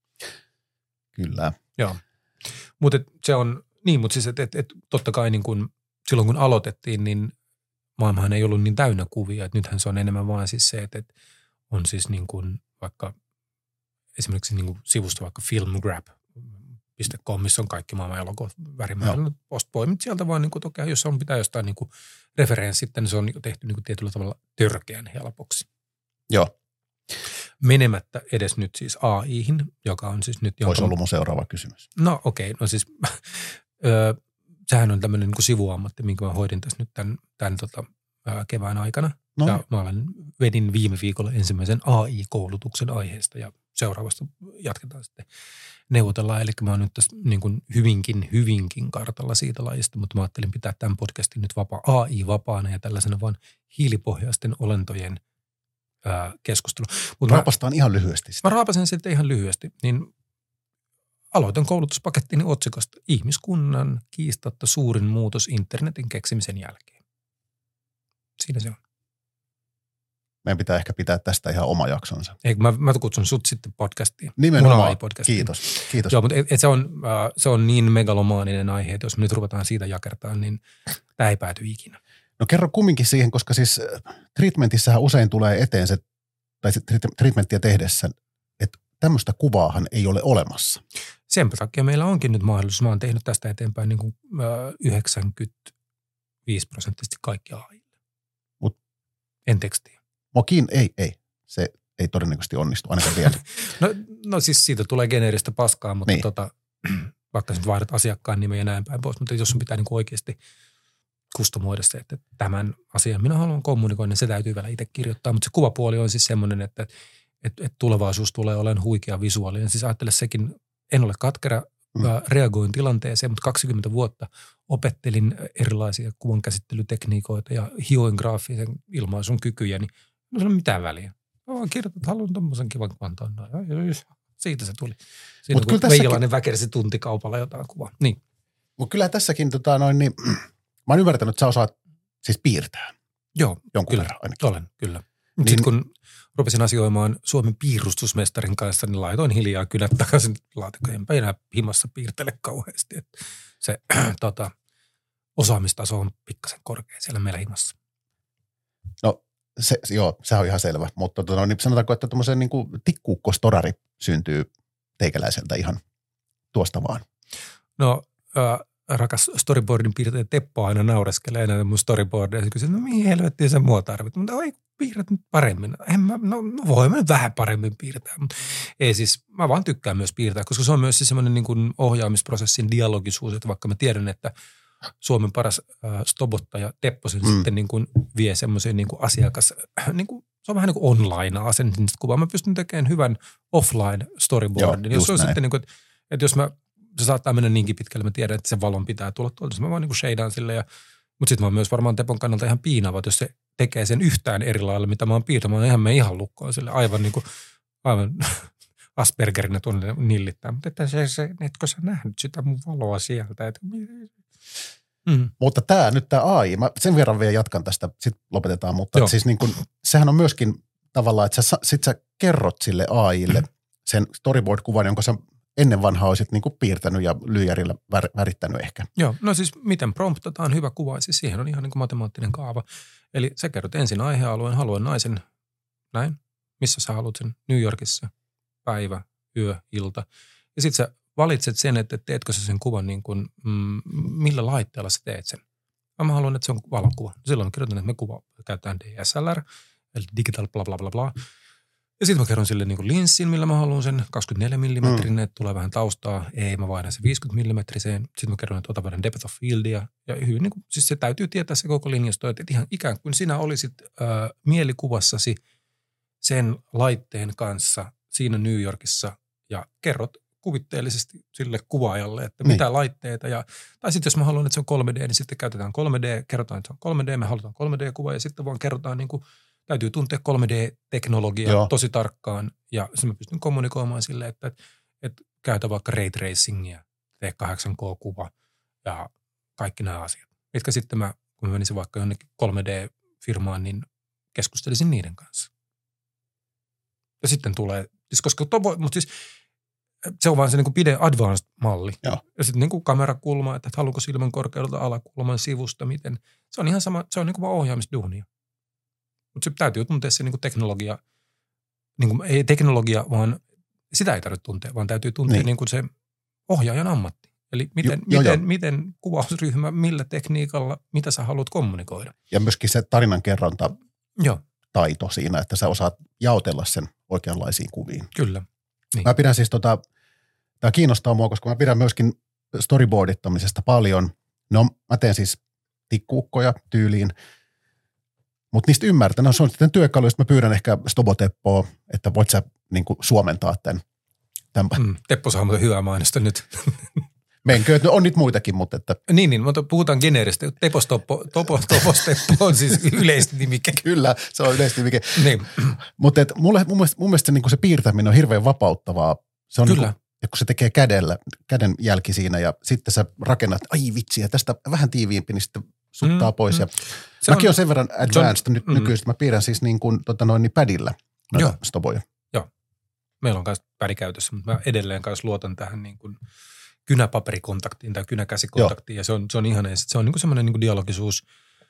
Kyllä. Joo. Mutta se on, niin, mutta siis, että et, et, totta kai niin kun, silloin kun aloitettiin, niin maailmahan ei ollut niin täynnä kuvia, että nythän se on enemmän vaan siis se, että, että on siis niin kuin vaikka esimerkiksi niin kuin sivusto vaikka filmgrab piste com, missä on kaikki maailman elokuvat värimäärällä. Postpoimit sieltä vaan, niin kuin, toki, jos on pitää jostain niin kuin referenssit, niin se on tehty niin kuin tietyllä tavalla törkeän helpoksi. Joo. Menemättä edes nyt siis A I:hin, joka on siis nyt... Olisi ollut mun seuraava kysymys. No okei, okay, no siis ö, sehän on tämmöinen niin kuin sivuammatti, minkä mä hoidin tässä nyt tämän, tämän tota, kevään aikana. No. Ja mä olen, vedin viime viikolla ensimmäisen A I-koulutuksen aiheesta ja seuraavasta jatketaan sitten neuvotellaan. Eli mä oon nyt tässä niin kuin hyvinkin, hyvinkin kartalla siitä lajista, mutta mä ajattelin pitää tämän podcastin nyt vapaa, A I-vapaana ja tällaisena vaan hiilipohjaisten olentojen ää, keskustelu. Mut Raapastaan mä, ihan lyhyesti sitä. Mä raapasen sitten ihan lyhyesti, niin aloitan koulutuspakettini otsikosta ihmiskunnan kiistatta suurin muutos internetin keksimisen jälkeen. Siinä se on. Meidän pitää ehkä pitää tästä ihan oma jaksonsa. Eikö mä, mä kutsun sut sitten podcastiin. Nimenomaan. Kiitos. Kiitos. Joo, mutta et, et se, on, äh, se on niin megalomaaninen aihe, että jos me nyt ruvetaan siitä jakertaan, niin tämä ei pääty ikinä. No kerro kumminkin siihen, koska siis treatmentissähän usein tulee eteen se, tai se treatmenttiä tehdessä, että tämmöistä kuvaahan ei ole olemassa. Sen takia meillä onkin nyt mahdollisuus. Mä oon tehnyt tästä eteenpäin niin kuin äh, yhdeksänkymmentäviisi prosenttisesti kaikki A I. Mut en tekstiä. Mokin ei, ei. Se ei todennäköisesti onnistu, ainakaan vielä. no, no siis siitä tulee geneeristä paskaa, mutta niin. tota, vaikka nyt vaihdat asiakkaan nimen ja näin päin pois, mutta jos sun pitää niin kuin oikeasti kustomoida se, että tämän asian minä haluan kommunikoida, niin se täytyy vielä itse kirjoittaa. Mutta se kuvapuoli on siis semmoinen, että, että, että tulevaisuus tulee olemaan huikea visuaalinen. Siis ajattele sekin, en ole katkera, mm. reagoin tilanteeseen, mutta kaksikymmentä vuotta opettelin erilaisia kuvankäsittelytekniikoita ja hioin graafisen ilmaisun kykyjä, niin no se ei ole mitään väliä. No, kirjoitat, että haluan tommosen kivan kuvantaan. No, siitä se tuli. Siinä kun Veijalainen väkersi tuntikaupalla jotain kuvaa. Niin. Mutta kyllä tässäkin, tota, noin, niin, mä oon ymmärtänyt, että sä osaat siis piirtää. Joo, jonkun kyllä, verran ainakin. olen, kyllä. Niin, Sitten kun rupesin asioimaan Suomen piirustusmestarin kanssa, niin laitoin hiljaa kynät takaisin laatikkoon. Enpä enää himassa piirtele kauheasti. Että se tota, osaamistaso on pikkasen korkea siellä meillä himassa. No se, joo, se on ihan selvä. Mutta tota, no, niin sanotaanko, että tuommoisen niin kuin tikkuukkostorari syntyy teikäläiseltä ihan tuosta vaan. No äh, rakas storyboardin piirtäjä Teppo aina naureskelee näitä mun storyboardeja. Ja kysyy, no mihin helvettiin sä mua tarvit? Mutta ei piirrät nyt paremmin. En mä, no, no voi mä nyt vähän paremmin piirtää. Mutta ei siis, mä vaan tykkään myös piirtää, koska se on myös siis semmoinen niin kuin ohjaamisprosessin dialogisuus, että vaikka mä tiedän, että Suomen paras äh, stobottaja Teppo sen mm. sitten niin kuin vie semmoisen niin kuin asiakas, niin kuin, se on vähän niin kuin online-asentin kuvaa. Mä pystyn tekemään hyvän offline storyboardin. Joo, jos on sitten niin kuin, että, että jos mä, se saattaa mennä niinkin pitkälle, mä tiedän, että sen valon pitää tulla tuolta. Mä vaan niin kuin shadaan silleen, ja, mutta sitten mä oon myös varmaan Tepon kannalta ihan piinaava, että jos se tekee sen yhtään eri lailla, mitä mä oon piirtämään, ihan me ihan lukkoon sille aivan niin kuin, aivan Aspergerinä tuonne nillittää. Mutta että se, se, etkö sä nähnyt sitä mun valoa sieltä, että Mm. Mutta tämä nyt tämä A I, mä sen verran vielä jatkan tästä, sitten lopetetaan, mutta siis niin kun, sehän on myöskin tavallaan, että sä, sit sä kerrot sille A I:lle sen storyboard-kuvan, jonka sä ennen vanhaa olisit niin kuin piirtänyt ja lyijärillä vär, värittänyt ehkä. Joo, no siis miten promptataan hyvä kuva, siis siihen on ihan niin kuin matemaattinen kaava. Eli sä kerrot ensin aihealueen, haluan naisen, näin, missä sä haluat sen, New Yorkissa, päivä, yö, ilta. Ja sitten sä valitset sen, että teetkö sä sen kuvan niin kuin, mm, millä laitteella sä teet sen. Mä haluan, että se on valokuva. Silloin kirjoitan, että me kuva käytetään D S L R, eli digital bla bla bla bla. Ja sitten mä kerron sille niin kuin linssin, millä mä haluan sen, kaksikymmentäneljä millimetrinen, että tulee vähän taustaa. Ei, mä vaihdan se viisikymmentä millimetriseen. Sitten mä kerron, että ota vähän depth of fieldia. Ja hyvin, niin kuin, siis se täytyy tietää se koko linjasto, että ihan ikään kuin sinä olisit äh, mielikuvassasi sen laitteen kanssa siinä New Yorkissa ja kerrot kuvitteellisesti sille kuvaajalle, että mitä niin. laitteita. Ja, tai sitten jos mä haluan, että se on kolme D, niin sitten käytetään kolme D, kerrotaan, että se on kolme D, me halutaan kolme D-kuva ja sitten vaan kerrotaan, niin kuin, täytyy tuntea kolme D-teknologiaa Joo. tosi tarkkaan ja sitten mä pystyn kommunikoimaan silleen, että, että, että käytä vaikka ray tracingia, tee kahdeksan K-kuva ja kaikki nämä asiat. Mitkä sitten mä, kun mä menisin vaikka jonnekin kolme D-firmaan, niin keskustelisin niiden kanssa. Ja sitten tulee, siis koska, to, mutta siis se on vaan se niin kuin pide advanced-malli. Joo. Ja sitten niin kuin kamerakulma, että haluanko silmän korkeudelta alakulman sivusta, miten. Se on ihan sama, se on niin kuin vaan ohjaamisduunia. Mutta se täytyy tuntea se niin kuin teknologia, niin kuin, ei teknologia, vaan sitä ei tarvitse tuntea, vaan täytyy tuntea niin. Niin kuin se ohjaajan ammatti. Eli miten, jo, miten, jo. miten kuvausryhmä, millä tekniikalla, mitä sä haluat kommunikoida. Ja myöskin se tarinankerronta Joo. taito siinä, että sä osaat jaotella sen oikeanlaisiin kuviin. Kyllä. Niin. Mä pidän siis tota, tämä kiinnostaa mua, koska mä pidän myöskin storyboardittamisesta paljon. No mä teen siis tikkuukkoja tyyliin, mutta niistä ymmärtän. No se on sitten työkalu, josta mä pyydän ehkä Stoboteppoa, että voit sä niin kuin suomentaa tämän. tämän. Mm, Teppo saa muuten hyvää mainosta nyt. Menkö, no on nyt muitakin, mutta että. Niin, niin, mutta puhutaan geneeristä. Tepostoppo, topo, toposteppo on siis yleisnimike. Kyllä, se on yleisnimike. Niin. Mutta mulle, mun mielestä, mun mielestä se, niin se piirtäminen on hirveän vapauttavaa. Se on Kyllä. Niin kuin, kun se tekee kädellä, käden jälki siinä ja sitten sä rakennat, ai vitsi, ja tästä vähän tiiviimpi, niin sitten suttaa mm, pois. Ja mm. mäkin on sen verran advanced nyt mm. nykyisin, mä piirrän siis niin kuin tota noin niin padilla noita stoboja. Joo, meillä on myös pädi käytössä, mutta mä edelleen kanssa luotan tähän niin kuin kynäpaperikontaktiin tai kynäkäsikontaktiin, Joo. ja se on, se on ihana. Ja se on niin kuin semmoinen niin kuin dialogisuus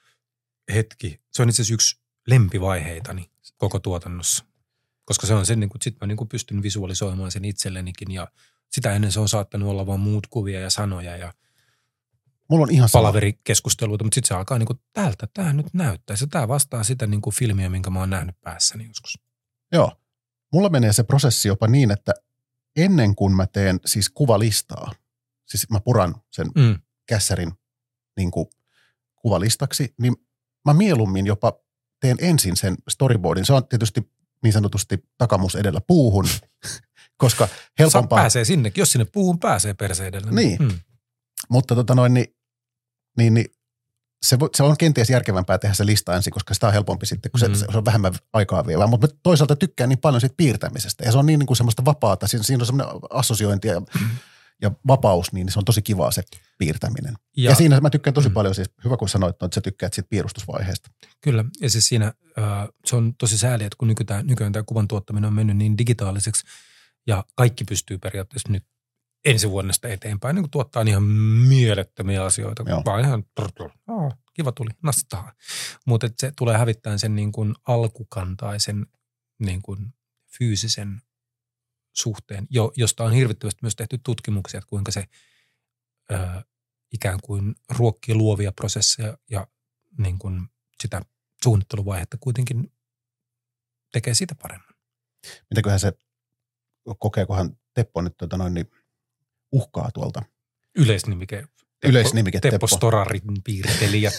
hetki. Se on itse asiassa yksi lempivaiheitani koko tuotannossa, koska se on sen, niin kuin, sit mä niin kuin pystyn visualisoimaan sen itsellenikin, ja sitä ennen se on saattanut olla vaan muut kuvia ja sanoja ja Mulla on ihan palaverikeskusteluita, mutta sitten se alkaa niin kuin, tältä tämä nyt näyttää. Se tämä vastaa sitä niin kuin filmiä, minkä mä oon nähnyt päässäni joskus. Joo. Mulla menee se prosessi jopa niin, että ennen kuin mä teen siis kuvalistaa, siis mä puran sen mm. kässärin niin kuin kuvalistaksi, niin mä mieluummin jopa teen ensin sen storyboardin. Se on tietysti niin sanotusti takamus edellä puuhun, koska helpompaa. Saa pääsee sinnekin, jos sinne puuhun pääsee perse edellä. Niin, mm. mutta tota noin, niin, niin, niin se, se on kenties järkevämpää tehdä se lista ensin, koska sitä on helpompi sitten, kun mm. se, se on vähemmän aikaa vievää. Mutta toisaalta tykkään niin paljon siitä piirtämisestä ja se on niin, niin kuin semmoista vapaata, siinä, siinä on semmoinen assosiointi ja, mm. ja vapaus, niin se on tosi kivaa se piirtäminen. Ja, ja siinä mä tykkään tosi mm. paljon, siis hyvä kun sanoit, että sä tykkäät siitä piirustusvaiheesta. Kyllä, ja siis siinä äh, se on tosi sääli, että kun nykyään, nykyään tämä kuvan tuottaminen on mennyt niin digitaaliseksi, ja kaikki pystyy periaatteessa nyt ensi vuodesta eteenpäin niin tuottaa ihan mielettömiä asioita, Joo. vaan ihan oh, kiva tuli, nastaa. Mutta se tulee hävittämään sen niin kuin alkukantaisen niin kuin fyysisen suhteen, jo, josta on hirvittävästi myös tehty tutkimuksia, että kuinka se ö, ikään kuin ruokkii luovia prosesseja ja niin kuin sitä suunnitteluvaihetta kuitenkin tekee sitä paremmin. Mitäköhän se, kokeekohan Teppo nyt tuota noin, niin uhkaa tuolta? Yleisnimike. Teppo, Yleisnimike Teppo. Teppo Storarin piirtelijät.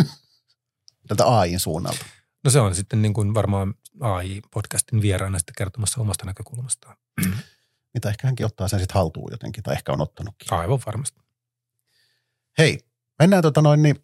Tältä A I:n suunnalta. No se on sitten niin kuin varmaan A I-podcastin vieraana sitten kertomassa omasta näkökulmastaan. Mitä ehkä hänkin ottaa sen sitten haltuun jotenkin, tai ehkä on ottanutkin. Aivan varmasti. Hei, mennään tota noin, niin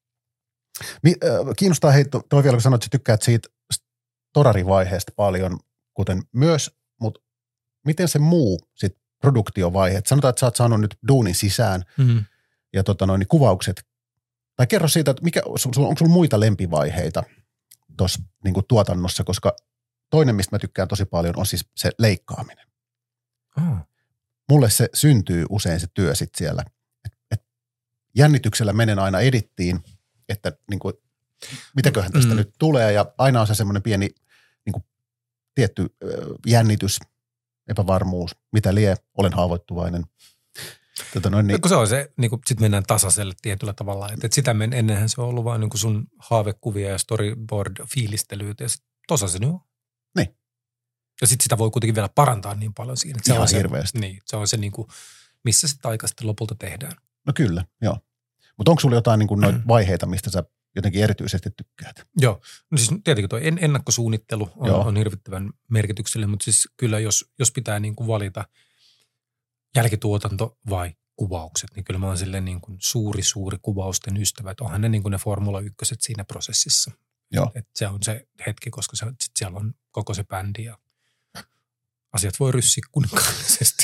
mi, äh, kiinnostaa hei, toi vielä kun sanoit, että tykkäät siitä storarivaiheesta paljon, kuten myös, mutta miten se muu sit produktiovaihe? Sanotaan, että sä oot saanut nyt duunin sisään Mm-hmm. ja tota noin, niin kuvaukset, tai kerro siitä, että mikä, onko sulla muita lempivaiheita tuossa niin kuin tuotannossa, koska toinen, mistä mä tykkään tosi paljon, on siis se leikkaaminen. Oh. Mulle se syntyy usein se työ sit siellä. Et, et jännityksellä menen aina edittiin, että niin kuin, mitäköhän tästä mm. nyt tulee, ja aina on se semmoinen pieni niin kuin, tietty ö, jännitys, epävarmuus, mitä lie, olen haavoittuvainen. Tota noin, niin. Kun se on se, niin kuin sit mennään tasaiselle tietyllä tavalla. Että et sitä men, ennenhän se on ollut vain niin kuin sun haavekuvia ja storyboard-fiilistelyitä, ja tuossa se nyt on. Niin. Ja sitten sitä voi kuitenkin vielä parantaa niin paljon siinä. Että se ihan on se, hirveästi. Niin, se on se, niin kuin, missä se taika sitten lopulta tehdään. No kyllä, joo. Mutta onko sulla jotain niin kuin noita vaiheita, mistä sä jotenkin erityisesti tykkäät? Joo, no siis tietenkin tuo ennakkosuunnittelu on, on hirvittävän merkityksellinen, mutta siis kyllä jos, jos pitää niin kuin valita jälkituotanto vai kuvaukset, niin kyllä mä oon silleen niin kuin suuri, suuri kuvausten ystävä. Että onhan ne niin kuin ne Formula ykköset siinä prosessissa. Joo. Et se on se hetki, koska se, sit siellä on koko se bändi ja asiat voi ryssiä kuninkaallisesti.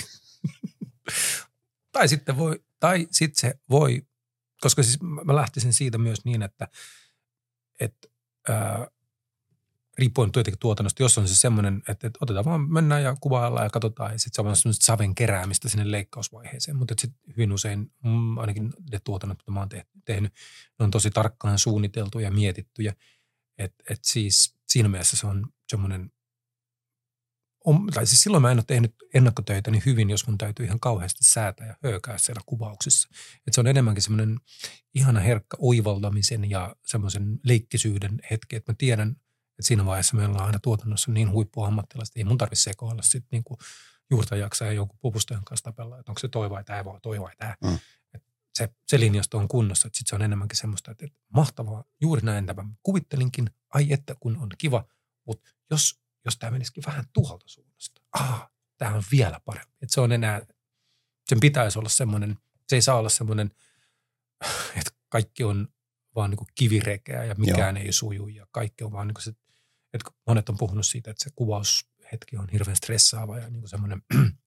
tai sitten voi, tai sitten se voi, koska siis mä lähtisin siitä myös niin, että et, ää, riippuen tietenkin tuotannosta, jos on se semmoinen, että, että otetaan vaan, mennään ja kuvaillaan ja katsotaan, ja sitten se on semmoista saven keräämistä sinne leikkausvaiheeseen. Mutta sitten hyvin usein, mm, ainakin ne tuotannot, mitä mä oon tehnyt, ne on tosi tarkkaan suunniteltu ja mietittyjä. Että et siis siinä mielessä se on semmoinen, on, tai siis silloin mä en ole tehnyt ennakkotöitä niin hyvin, jos mun täytyy ihan kauheasti säätää ja höökää siellä kuvauksissa. Että se on enemmänkin semmoinen ihana herkkä oivaltamisen ja semmoisen leikkisyyden hetki, että mä tiedän, että siinä vaiheessa meillä on aina tuotannossa niin huippuammattilaiset, ei mun tarvitse sekoilla sitten niinku juurta jaksaa ja jonkun pupustajan kanssa tapella, että onko se toi vai tämä vai toi vai tämä. Mm. Se, se linjasto on kunnossa, että sitten se on enemmänkin semmoista, että, että mahtavaa, juuri näin tämän kuvittelinkin, ai että kun on kiva, mutta jos, jos tämä menisikin vähän tuolta suunnasta, ah, tämä on vielä parempi. Että se on enää, sen pitäisi olla semmoinen, se ei saa olla semmoinen, että kaikki on vaan niin kuin kivirekeä ja mikään Joo. ei suju ja kaikki on vaan niin kuin se, että monet on puhunut siitä, että se kuvaushetki on hirveän stressaava ja niin kuin semmoinen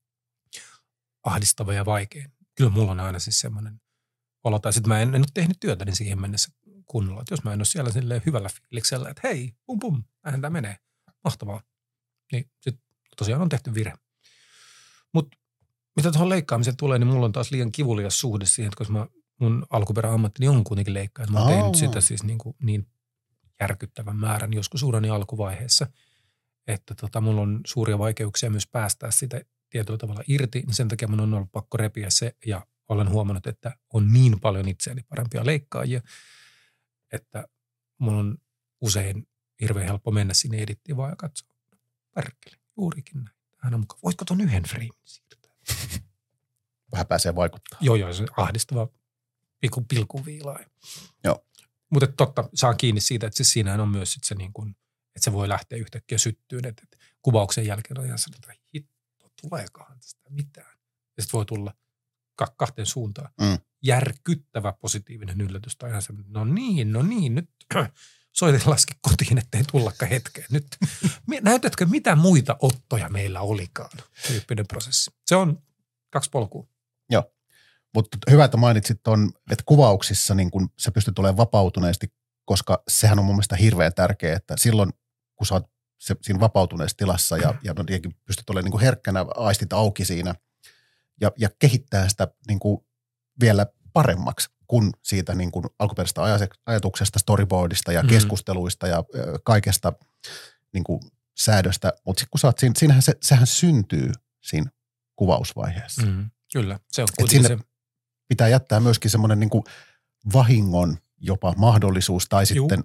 ahdistava ja vaikea. Kyllä mulla on aina siis semmoinen olo, tai sitten mä en, en ole tehnyt työtä niin siihen mennessä kunnolla, että jos mä en ole siellä silleen hyvällä fiiliksellä, että hei, pum pum, näinhän tämä menee, mahtavaa, niin sitten tosiaan on tehty virhe. Mutta mitä tuohon leikkaamiseen tulee, niin mulla on taas liian kivulias suhde siihen, koska mä mun alkuperäammattini on kuitenkin leikkaa. Mä oon oh. tehnyt sitä siis niin, kuin niin järkyttävän määrän joskus urani alkuvaiheessa, että tota, mulla on suuria vaikeuksia myös päästää sitä tietyllä tavalla irti, niin sen takia mun on ollut pakko repiä se, ja olen huomannut, että on niin paljon itseäni parempia leikkaajia, että mun on usein hirveän helppo mennä sinne edittiin vaan ja katsoa, pärkkeli, juurikin näin. Hän on mukaan, voitko ton yhden framein siirtää? Vähän pääsee vaikuttaa. Joo, joo, se ahdistava pikku pilkuviilaa. Joo. Mutta totta, saan kiinni siitä, että siis siinähän on myös sit se niin kuin, että se voi lähteä yhtäkkiä syttyyn, että, että kuvauksen jälkeen on ihan sanotaan, että hitto, tuleekohan tästä mitään. Ja sitten voi tulla ka- kahteen suuntaan. Mm. Järkyttävä positiivinen yllätys tai ihan semmoinen, no niin, no niin, nyt soitin laski kotiin, ettei tullakaan hetkeen. Nyt näytätkö, mitä muita ottoja meillä olikaan, tyyppinen prosessi. Se on kaksi polkua. Joo, mutta hyvä, että mainitsit on, että kuvauksissa niin kun sä pystyt olemaan vapautuneesti, koska sehän on mun mielestä hirveän tärkeää, että silloin kun sä oot se, siinä vapautuneessa tilassa ja, ja no, pystyt olemaan niin kuin herkkänä, aistit auki siinä ja, ja kehittää sitä niin kuin vielä paremmaksi kuin siitä niin kuin alkuperäisestä ajatuksesta, storyboardista ja mm. keskusteluista ja ö, kaikesta niin kuin säädöstä. Mutta sitten kun sä oot siinä, siinähän se, sehän syntyy siinä kuvausvaiheessa. Mm. Kyllä, se on kuitenkin se. Pitää jättää myöskin semmoinen niin kuin vahingon jopa mahdollisuus tai Juu. sitten.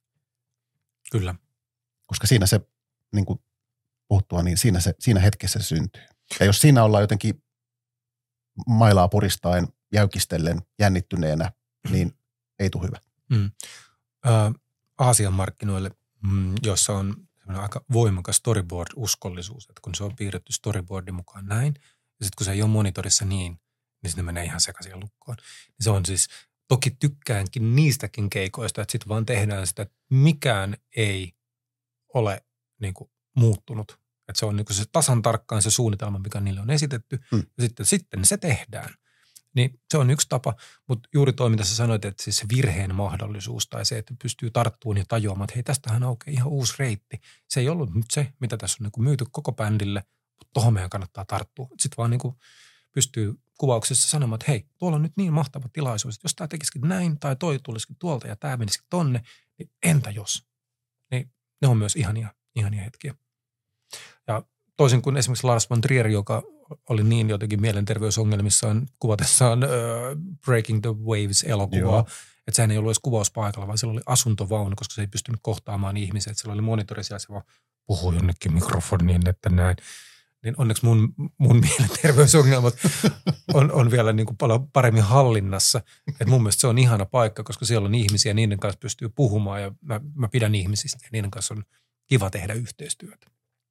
Kyllä. Koska siinä se, niin kuin puhuttua, niin siinä, se, siinä hetkessä se syntyy. Ja jos siinä ollaan jotenkin mailaa puristaen, jäykistellen, jännittyneenä, niin ei tule hyvä. Mm. Ö, Aasian markkinoille, mm, jossa on aika voimakas storyboard-uskollisuus, että kun se on piirretty storyboardin mukaan näin, ja sitten kun se ei ole monitorissa niin, niin sitten menee ihan sekaisin lukkoon. Se on siis, toki tykkäänkin niistäkin keikoista, että sitten vaan tehdään sitä, että mikään ei ole niin kuin muuttunut. Että se on niin kuin se tasan tarkkaan se suunnitelma, mikä niille on esitetty, mm. ja sitten, sitten se tehdään. Niin se on yksi tapa, mutta juuri toi, mitä sä sanoit, että siis se virheen mahdollisuus tai se, että pystyy tarttumaan ja tajuamaan, että hei, tästähän aukeaa ihan uusi reitti. Se ei ollut nyt se, mitä tässä on niin kuin myyty koko bändille, mutta tohon meidän kannattaa tarttua. Sitten vaan niin kuin pystyy kuvauksessa sanomaan, että hei, tuolla on nyt niin mahtava tilaisuus, että jos tämä tekisikin näin tai toi tulisikin tuolta ja tämä menisikin tonne, niin entä jos? Niin ne on myös ihania, ihania hetkiä. Ja toisin kuin esimerkiksi Lars von Trier, joka oli niin jotenkin mielenterveysongelmissaan kuvatessaan uh, Breaking the Waves-elokuvaa, että sehän ei ollut edes kuvauspaikalla, vaan siellä oli asuntovaunu, koska se ei pystynyt kohtaamaan ihmisiä. Että siellä oli monitori siellä, se vaan puhuu jonnekin mikrofoniin, että näin. Niin onneksi mun, mun mielenterveysongelmat on, on vielä niin kuin paljon paremmin hallinnassa. Että mun mielestä se on ihana paikka, koska siellä on ihmisiä ja niiden kanssa pystyy puhumaan ja mä, mä pidän ihmisistä ja niiden kanssa on kiva tehdä yhteistyötä.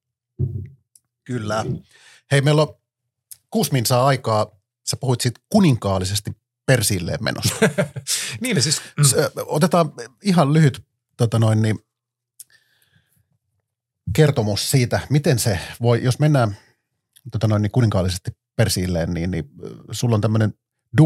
Kyllä. Hei, meillä on kuusi minsaa aikaa. Sä puhuit siitä kuninkaallisesti Persilleen menosta. Niin siis. Mm. Otetaan ihan lyhyt tota noin, niin, kertomus siitä, miten se voi, jos mennään tota noin, niin kuninkaallisesti Persilleen, niin, niin sulla on tämmöinen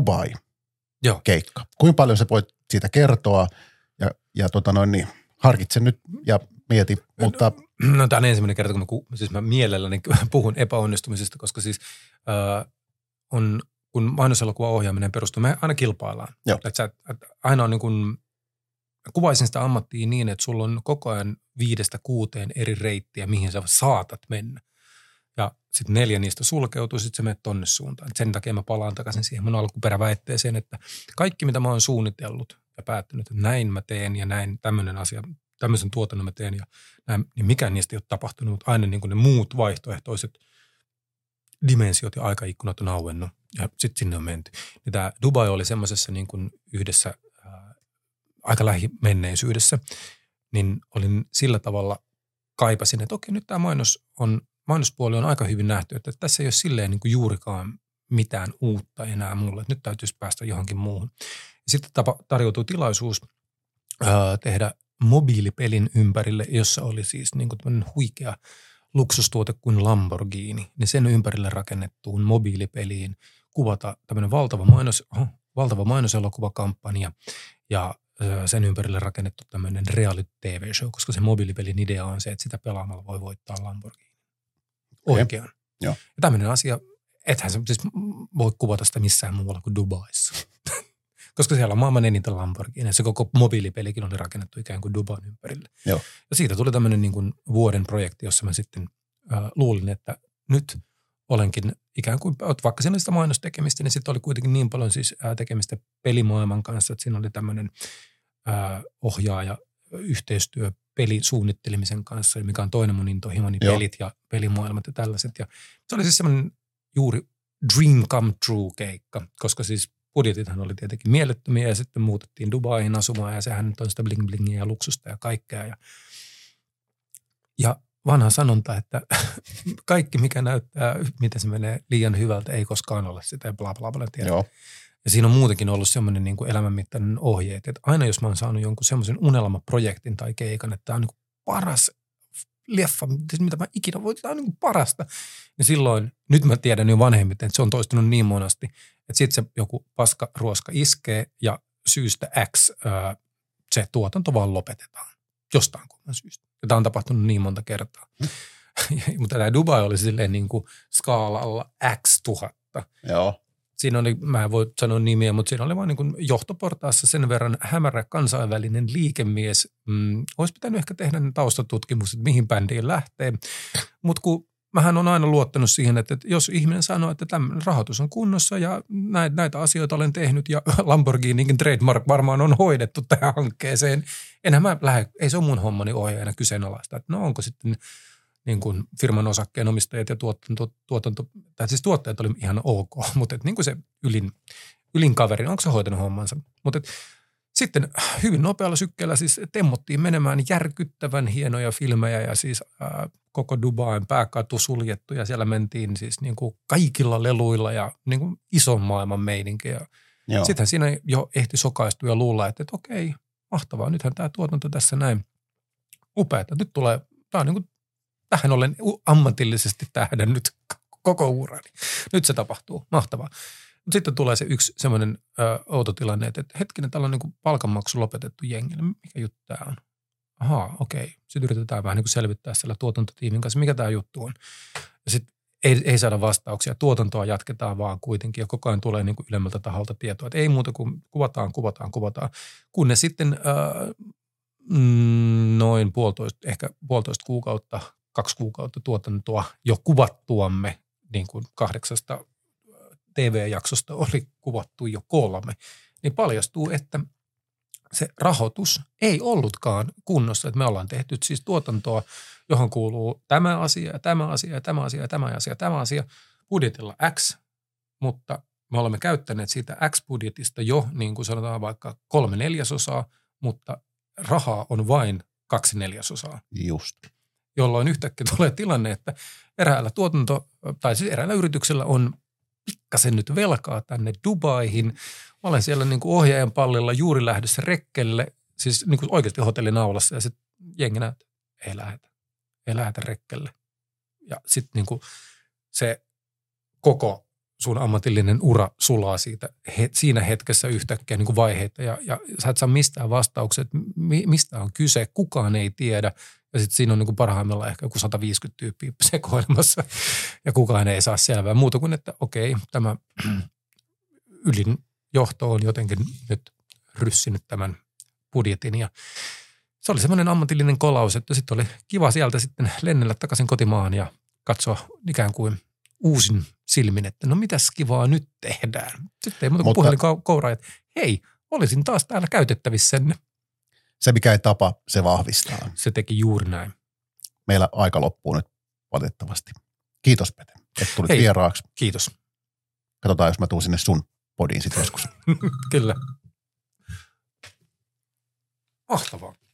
Dubai-keikka. Kuinka paljon sä voit siitä kertoa ja, ja tota noin, niin, harkitse nyt ja mieti, mutta. No, no tämä on ensimmäinen kerta, kun mä, ku, siis mä mielelläni puhun epäonnistumisesta, koska siis äh, on, kun mainoselokuvan ohjaaminen perustuu, me aina kilpaillaan. Että sä, et aina on niin kuin, kuvaisin sitä ammattia niin, että sulla on koko ajan viidestä kuuteen eri reittiä, mihin sä saatat mennä. Ja sitten neljä niistä sulkeutuu, sitten sä menet tonne suuntaan. Et sen takia mä palaan takaisin siihen mun alkuperäväitteeseen, että kaikki mitä mä oon suunnitellut ja päättänyt, että näin mä teen ja näin tämmöinen asia, tämmöisen tuotannon mä teen ja näin, niin mikään niistä ei ole tapahtunut, mutta aina niin kuin ne muut vaihtoehtoiset dimensiot ja aikaikkunat on auennut ja sitten sinne on menty. Ja tämä Dubai oli semmoisessa niin kuin yhdessä ää, aika lähimenneisyydessä, niin olin sillä tavalla kaipasin, että okei, nyt tämä mainos on, mainospuoli on aika hyvin nähty, että tässä ei ole silleen niin kuin juurikaan mitään uutta enää mulle, että nyt täytyisi päästä johonkin muuhun. Ja sitten tapa, tarjoutui tilaisuus ää, tehdä mobiilipelin ympärille, jossa oli siis niin kuin tämmöinen huikea luksustuote kuin Lamborghini, niin sen ympärille rakennettuun mobiilipeliin kuvata tämmöinen valtava, mainos, oh, valtava mainoselokuvakampanja ja sen ympärille rakennettu tämmöinen reality-T V-show, koska se mobiilipelin idea on se, että sitä pelaamalla voi voittaa Lamborghini. Oikein. Okay. Ja tämmöinen asia, ethän se siis voi kuvata sitä missään muualla kuin Dubaissa. Koska siellä on maailman eniten Lamborghini. Se koko mobiilipelikin oli rakennettu ikään kuin Dubain ympärille. Joo. Ja siitä tuli tämmöinen niin kuin vuoden projekti, jossa mä sitten äh, luulin, että nyt olenkin ikään kuin, vaikka siinä oli sitä mainostekemistä, niin sitten oli kuitenkin niin paljon siis äh, tekemistä pelimaailman kanssa, että siinä oli tämmöinen äh, ohjaaja, yhteistyö pelisuunnittelemisen kanssa, mikä on toinen mun intohimoni, pelit ja pelimaailmat ja tällaiset. Ja se oli siis semmoinen juuri dream come true keikka, koska siis budjetithan oli tietenkin mielettömiä ja sitten muutettiin Dubaihin asumaan ja sehän nyt on sitä bling blingiä ja luksusta ja kaikkea. Ja, ja vanha sanonta, että kaikki mikä näyttää, miten se menee liian hyvältä, ei koskaan ole sitä ja bla bla bla. Joo. Ja siinä on muutenkin ollut semmoinen niin kuin elämänmittainen ohje, että aina jos mä oon saanut jonkun semmoisen unelmaprojektin tai keikan, että tämä on niin kuin paras leffa, mitä mä ikinä voin, tämä on niin parasta. Ja silloin, nyt mä tiedän jo vanhemmiten, että se on toistunut niin monasti, että sitten se joku paska ruoska iskee ja syystä X ää, se tuotanto vaan lopetetaan. Jostain kumman syystä. Ja tämä on tapahtunut niin monta kertaa. Hmm. Mutta tämä Dubai oli silleen niin kuin skaalalla X tuhatta. Joo. Siinä oli, mä en voi sanoa nimiä, mutta siinä oli vaan niin kuin johtoportaassa sen verran hämärä kansainvälinen liikemies. Mm, olisi pitänyt ehkä tehdä ne taustatutkimukset, mihin bändiin lähtee. Mutta kun mähän on aina luottanut siihen, että jos ihminen sanoo, että tämmöinen rahoitus on kunnossa ja näitä, näitä asioita olen tehnyt ja Lamborghinin trademark varmaan on hoidettu tähän hankkeeseen. Enhän mä lähde, ei se ole mun hommani ohjaajana kyseenalaista, että no onko sitten niin kuin firman osakkeenomistajat ja tuotanto, tuotanto, tai siis tuottajat oli ihan ok, mutta et niin kuin se ylin, ylin kaveri, onko se hoitanut hommansa? Mutta sitten hyvin nopealla sykkeellä siis temmottiin menemään järkyttävän hienoja filmejä ja siis ää, koko Dubain pääkatu suljettu ja siellä mentiin siis niin kuin kaikilla leluilla ja niin kuin ison maailman meininki. Sittenhän siinä jo ehti sokaistua ja luulla, että, että okei, mahtavaa, nythän tämä tuotanto tässä näin upeata. Nyt tulee, tämä on niin kuin tähän olen ammatillisesti tähdännyt koko urani. Nyt se tapahtuu. Mahtavaa. Mutta sitten tulee se yksi semmoinen ö, outo tilanne, että hetkinen, täällä on niin kuin palkanmaksu lopetettu jengille. Mikä juttu tämä on? Ahaa, okei. Sitten yritetään vähän niin kuin selvittää siellä tuotantotiimin kanssa, mikä tämä juttu on. Ja sitten ei, ei saada vastauksia. Tuotantoa jatketaan vaan kuitenkin ja koko ajan tulee niin kuin ylemmältä taholta tietoa. Että ei muuta kuin kuvataan, kuvataan, kuvataan. Kun ne sitten ö, noin puolitoista, ehkä puolitoista kuukautta kaksi kuukautta tuotantoa jo kuvattuamme, niin kuin kahdeksasta T V-jaksosta oli kuvattu jo kolme, niin paljastuu, että se rahoitus ei ollutkaan kunnossa. Että me ollaan tehty siis tuotantoa, johon kuuluu tämä asia ja tämä asia ja tämä asia ja tämä asia ja tämä asia budjetilla X, mutta me olemme käyttäneet siitä X-budjetista jo, niin kuin sanotaan vaikka kolme neljäsosaa, mutta rahaa on vain kaksi neljäsosaa. Just. Jolloin yhtäkkiä tulee tilanne, että eräällä tuotanto, tai siis eräällä yrityksellä on pikkasen nyt velkaa tänne Dubaihin. Mä olen siellä niin kuin ohjaajan pallilla juuri lähdössä rekkelle, siis niin kuin oikeasti hotellinaulassa, ja sitten jengi näyttää, ei lähetä, ei lähetä rekkelle. Ja sitten niin kuin se koko sun ammatillinen ura sulaa siitä he, siinä hetkessä yhtäkkiä niin kuin vaiheita, ja, ja sä et saa mistään vastauksia, että mi, mistä on kyse, kukaan ei tiedä. Ja sitten siinä on niin kuin parhaimmillaan ehkä joku sata viisikymmentä tyyppiä sekoilemassa ja kukaan ei saa selvää muuta kuin, että okei, tämä ylin johto on jotenkin nyt ryssinyt tämän budjetin. Ja se oli semmoinen ammatillinen kolaus, että sitten oli kiva sieltä sitten lennellä takaisin kotimaan ja katsoa ikään kuin uusin silmin, että no mitäs kivaa nyt tehdään. Sitten ei muuta kuin puhelin kouraa, että hei, olisin taas täällä käytettävissänne. Se, mikä ei tapa, se vahvistaa. Se teki juuri näin. Meillä aika loppuu nyt valitettavasti. Kiitos, Pete, että tulit Hei, vieraaksi. Kiitos. Katsotaan, jos mä tuun sinne sun podiin sitten joskus. Kyllä. Mahtavaa.